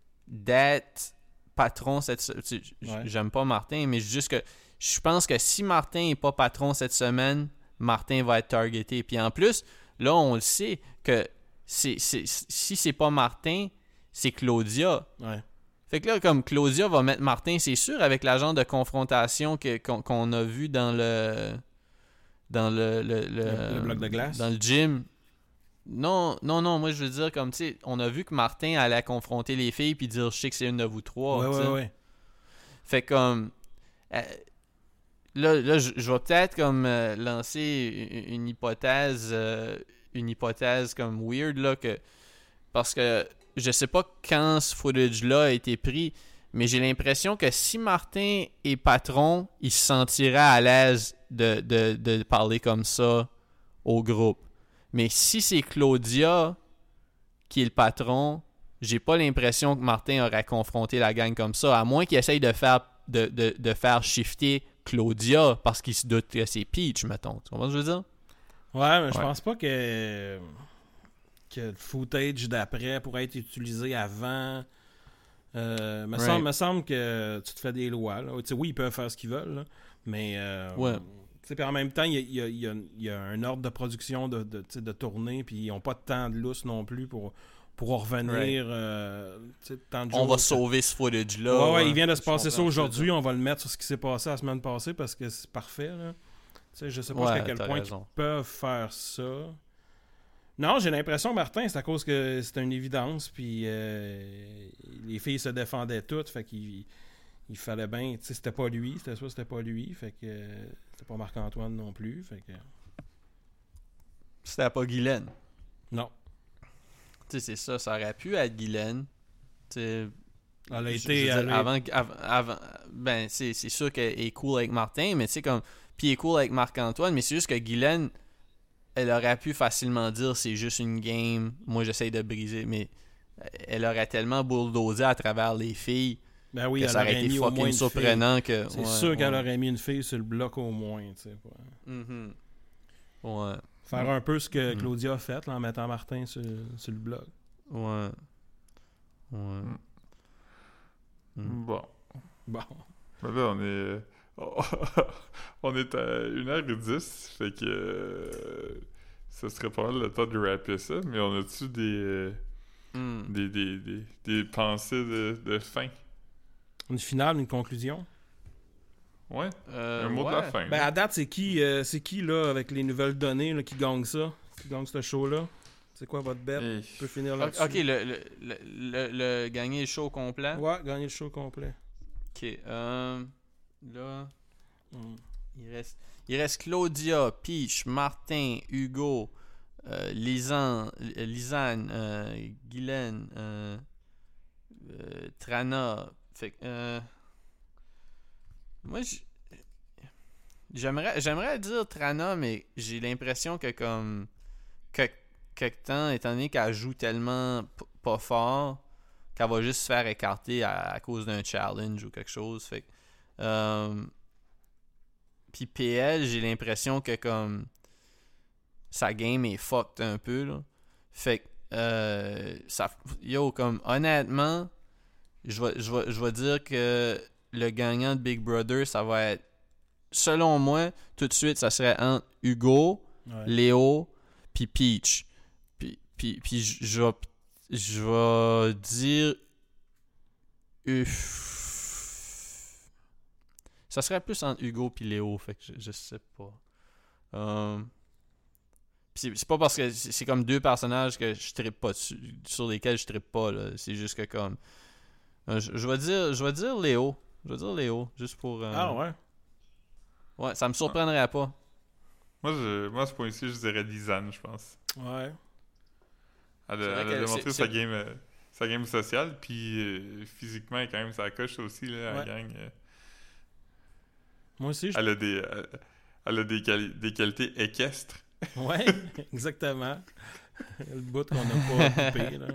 S2: d'être patron cette se- tu sais, j-
S3: Ouais.
S2: J'aime pas Martin, mais juste que je pense que si Martin est pas patron cette semaine, Martin va être targeté. Puis en plus, là, on le sait que c'est, c'est, si c'est pas Martin, c'est Claudia.
S3: Ouais.
S2: Fait que là, comme Claudia va mettre Martin, c'est sûr, avec la genre de confrontation que, qu'on, qu'on a vu dans le. Dans le. Le, le,
S3: Le- le bloc de glace?
S2: Dans le gym. Non, non, non, moi je veux dire, comme tu sais, on a vu que Martin allait confronter les filles puis dire je sais que c'est une de vous trois.
S3: ouais,
S2: tu sais.
S3: ouais, ouais.
S2: Fait comme. euh, là, là je, je vais peut-être comme euh, lancer une, une hypothèse. euh, une hypothèse comme weird, là, que. Parce que je sais pas quand ce footage-là a été pris, mais j'ai l'impression que si Martin est patron, il se sentira à l'aise de, de, de parler comme ça au groupe. Mais si c'est Claudia qui est le patron, j'ai pas l'impression que Martin aurait confronté la gang comme ça, à moins qu'il essaye de faire de, de, de faire shifter Claudia parce qu'il se doute que c'est Peach, mettons. Tu comprends ce que je veux dire?
S3: Ouais, mais je
S1: Ouais.
S3: pense pas que, que le footage d'après pourrait être utilisé avant. Euh, me,
S2: Right.
S3: semble, me semble que tu te fais des lois. Là. Tu sais, oui, ils peuvent faire ce qu'ils veulent, là, mais euh,
S2: Ouais.
S3: tu sais, puis en même temps, il y a, il y a- il y a- il y a un ordre de production de, de, tu sais, de tournée, puis ils n'ont pas de temps de lousse non plus pour, pour en revenir.
S2: Right.
S3: euh, tu sais, tant de
S2: On
S3: jours
S2: va
S3: que-
S2: sauver ce footage-là.
S3: Ouais, ouais,
S2: ouais.
S3: il vient de se
S2: Je
S3: passer
S2: comprends
S3: ça
S2: ce que tu veux
S3: aujourd'hui.
S2: dire.
S3: On va le mettre sur ce qui s'est passé la semaine passée parce que c'est parfait. Là. Tu sais, je sais pas
S2: Ouais,
S3: jusqu'à quel
S2: t'as
S3: point ils
S2: raison.
S3: peuvent faire ça. Non, j'ai l'impression, Martin, c'est à cause que c'est une évidence. Puis euh, les filles se défendaient toutes. Fait qu'il il fallait bien. Tu sais, c'était pas lui. C'était sûr, c'était pas lui. Fait que euh, c'était pas Marc-Antoine non plus. Fait que.
S2: C'était pas Guylaine.
S3: Non.
S2: Tu sais, c'est ça. Ça aurait pu être Guylaine. Tu sais,
S3: Elle a
S2: je-
S3: été.
S2: je veux dire,
S3: elle a-
S2: avant, avant, avant- ben, c'est, c'est sûr qu'elle est cool avec Martin, mais tu sais, comme. Puis elle est cool avec Marc-Antoine, mais c'est juste que Guylaine, elle aurait pu facilement dire c'est juste une game, moi j'essaye de briser, mais elle aurait tellement bulldozé à travers les filles
S3: Ben oui,
S2: que
S3: elle
S2: ça aurait
S3: aurait
S2: été
S3: mis au moins
S2: fucking
S3: une fille.
S2: surprenant que.
S3: C'est
S2: ouais,
S3: sûr qu'elle
S2: ouais.
S3: aurait mis une fille sur le bloc au moins. Tu sais, quoi.
S2: Mhm. Ouais.
S3: Faire un peu ce que
S1: Mm.
S3: Claudia a fait là, en mettant Martin sur, sur le blog.
S2: Ouais. Ouais. Mm.
S1: bon.
S3: Bon.
S1: Mais là, on est. on est à une heure dix, fait que. euh, ça serait pas mal le temps de rapper ça, mais on a-tu des. euh,
S2: Mm.
S1: des, des, des, des pensées de, de fin?
S3: Une finale, une conclusion.
S1: Ouais,
S2: Euh,
S1: un mot de la
S2: ouais.
S1: fin.
S3: Ben à date, c'est qui, euh, c'est qui là, avec les nouvelles données là, qui gagne ça? Qui gagne ce show-là? C'est quoi votre bet?
S1: Hey.
S3: On peut finir
S2: Ok,
S3: là-dessus.
S2: ok, le, le, le, le, le gagner le show complet.
S3: Ouais, gagner le show complet.
S2: Ok. Euh, là.
S3: Mm.
S2: Il reste, il reste Claudia, Peach, Martin, Hugo, euh, Lisanne, euh, Lisanne euh, Guylaine, euh, euh, Trana. Fait que, euh, moi, je, J'aimerais, j'aimerais dire Trana, mais j'ai l'impression que comme que, quelque temps, étant donné qu'elle joue tellement p- pas fort, qu'elle va juste se faire écarter à, à cause d'un challenge ou quelque chose. Fait que, euh, puis P L, j'ai l'impression que comme sa game est fucked un peu là. Fait que euh, ça, yo, comme honnêtement, je vais, je vais, je vais dire que le gagnant de Big Brother, ça va être, selon moi, tout de suite, ça serait entre Hugo,
S3: Ouais.
S2: Léo, puis Peach. Puis, puis, puis je je vais, je vais dire. Uff. Ça serait plus entre Hugo puis Léo, fait que je, je sais pas. Euh, puis c'est, c'est pas parce que c'est, c'est comme deux personnages que je trippe pas dessus, sur lesquels je trippe pas, là. C'est juste que comme. euh, je, je vais dire, je vais dire Léo. Je vais dire Léo, juste pour. euh,
S3: Ah ouais?
S2: Ouais, ça me surprendrait pas.
S1: Moi, je, moi, à ce point-ci, je dirais Lisanne, je pense.
S3: Ouais.
S1: Elle,
S2: C'est
S1: a-
S2: vrai
S1: elle a
S2: que
S1: démontré
S2: c'est-
S1: sa
S2: c'est-
S1: game, euh, sa game sociale, puis euh, physiquement, elle est quand même sa coche aussi, là,
S3: Ouais.
S1: elle gagne. euh.
S3: Moi aussi, je...
S1: Elle a des, euh, elle a des, quali- des qualités équestres.
S3: Ouais, exactement. Le bout qu'on n'a pas coupé, là.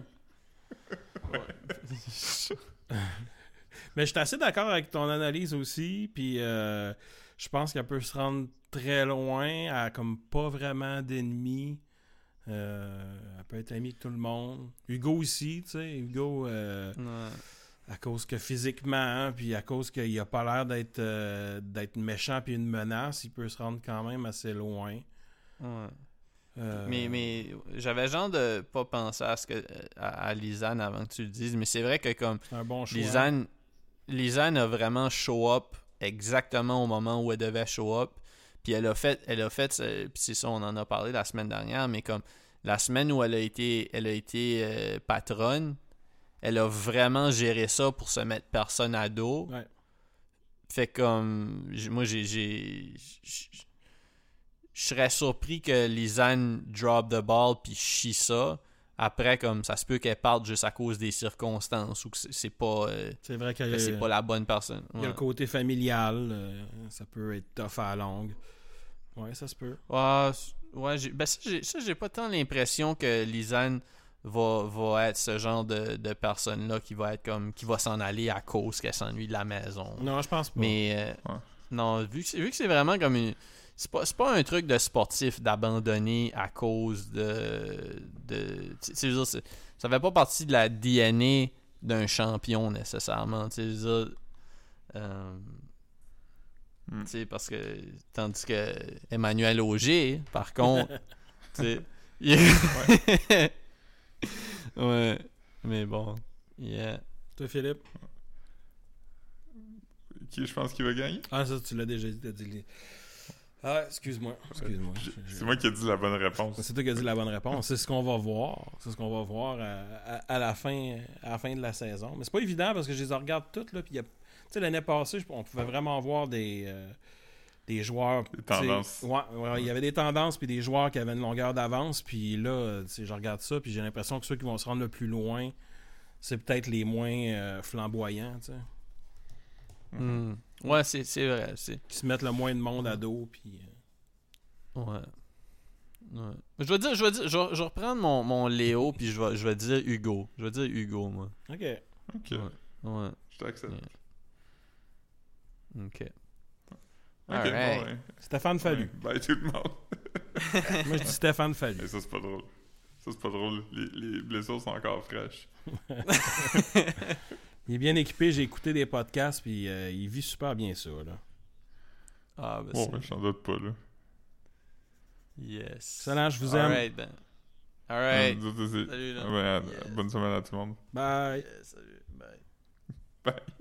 S3: Mais je suis assez d'accord avec ton analyse aussi, puis euh, je pense qu'elle peut se rendre très loin, à comme pas vraiment d'ennemis. Euh, elle peut être amie avec tout le monde. Hugo aussi, tu sais, Hugo, euh,
S2: Ouais.
S3: à cause que physiquement, hein, puis à cause qu'il a pas l'air d'être euh, d'être méchant puis une menace, il peut se rendre quand même assez loin.
S2: Ouais.
S3: Euh,
S2: Mais, mais j'avais genre de pas penser à ce que à, à Lisanne avant que tu le dises, mais c'est vrai que comme
S3: c'est un bon choix.
S2: Lisanne, Lisanne a vraiment show up exactement au moment où elle devait show up. Puis elle a fait, elle a fait, ce- puis c'est ça, on en a parlé la semaine dernière, mais comme la semaine où elle a été, elle a été euh, patronne, elle a vraiment géré ça pour se mettre personne à dos.
S3: Ouais.
S2: Fait comme, j- moi j'ai, j'ai, j- j- je serais surpris que Lisanne drop the ball puis chie ça. Après, comme ça se peut qu'elle parte juste à cause des circonstances ou que c'est, c'est pas, euh,
S3: C'est vrai qu'il y
S2: que
S3: a,
S2: c'est pas la bonne personne.
S3: il y a
S2: Ouais.
S3: le côté familial, euh, ça peut être tough à la longue. Ouais, ça se peut.
S2: Ouais, c- ouais, j'ai, ben ça, j'ai, ça, j'ai pas tant l'impression que Lisanne va, va être ce genre de, de personne-là qui va être comme qui va s'en aller à cause qu'elle s'ennuie de la maison.
S3: Non, je pense pas.
S2: Mais euh,
S1: Ouais.
S2: non, vu que, c'est, vu que c'est vraiment comme une. C'est pas, c'est pas un truc de sportif d'abandonner à cause de. de tu sais, je veux dire, c'est- ça fait pas partie de la D N A d'un champion nécessairement. Tu sais, je veux dire, euh,
S1: Hmm.
S2: tu sais, parce que. Tandis que Emmanuel Auger, par contre, tu sais. il- ouais. Mais bon. Yeah.
S3: Toi, Philippe?
S1: Qui je pense qu'il va gagner?
S3: Ah, ça, tu l'as déjà dit. T'as dit les- Ah, excuse-moi. Excuse-moi.
S1: Je-
S3: Je-
S1: C'est moi qui ai dit la bonne réponse.
S3: C'est toi qui as dit la bonne réponse. C'est ce qu'on va voir. C'est ce qu'on va voir à, à- à la fin, à la fin de la saison. Mais c'est pas évident parce que je les regarde toutes. Là, puis il y a- tu sais, l'année passée, je- on pouvait vraiment voir des, euh, des joueurs.
S1: Des
S3: tu sais,
S1: tendances.
S3: Ouais, ouais, il y avait des tendances puis des joueurs qui avaient une longueur d'avance. Puis là, euh, tu sais, je regarde ça puis j'ai l'impression que ceux qui vont se rendre le plus loin, c'est peut-être les moins euh, flamboyants, tu sais,
S2: Hmm. Ouais, c'est, c'est vrai. C'est...
S3: qui se mettent le moins de monde à dos. Puis, euh,
S2: Ouais. Ouais. Je vais dire, je vais dire, je vais, je vais reprendre mon, mon Léo puis je vais, je vais dire Hugo. Je vais dire Hugo, moi.
S3: OK.
S1: Ok,
S2: Ouais. Ouais.
S1: je t'accepte.
S2: Yeah. Ok.
S1: Ok,
S2: Alright.
S1: bon, ouais.
S3: Stéphane Fallu.
S1: Ouais, bye tout le monde.
S3: Moi, je dis Stéphane Fallu.
S1: Et ça, c'est pas drôle. Ça, c'est pas drôle. Les, les blessures sont encore fraîches.
S3: Il est bien équipé, j'ai écouté des podcasts, puis euh, il vit super bien ça, là.
S2: Ah, ben
S1: Bon,
S2: c'est...
S1: ouais, je t'en doute pas, là.
S2: Yes.
S3: Excellent, je vous aime.
S2: Alright, ben. Alright.
S1: Ah, ça, c'est-
S2: Salut, là.
S1: Ouais,
S2: Yes.
S1: bonne semaine à tout le monde.
S3: Bye.
S2: Yeah, salut. Bye.
S1: Bye.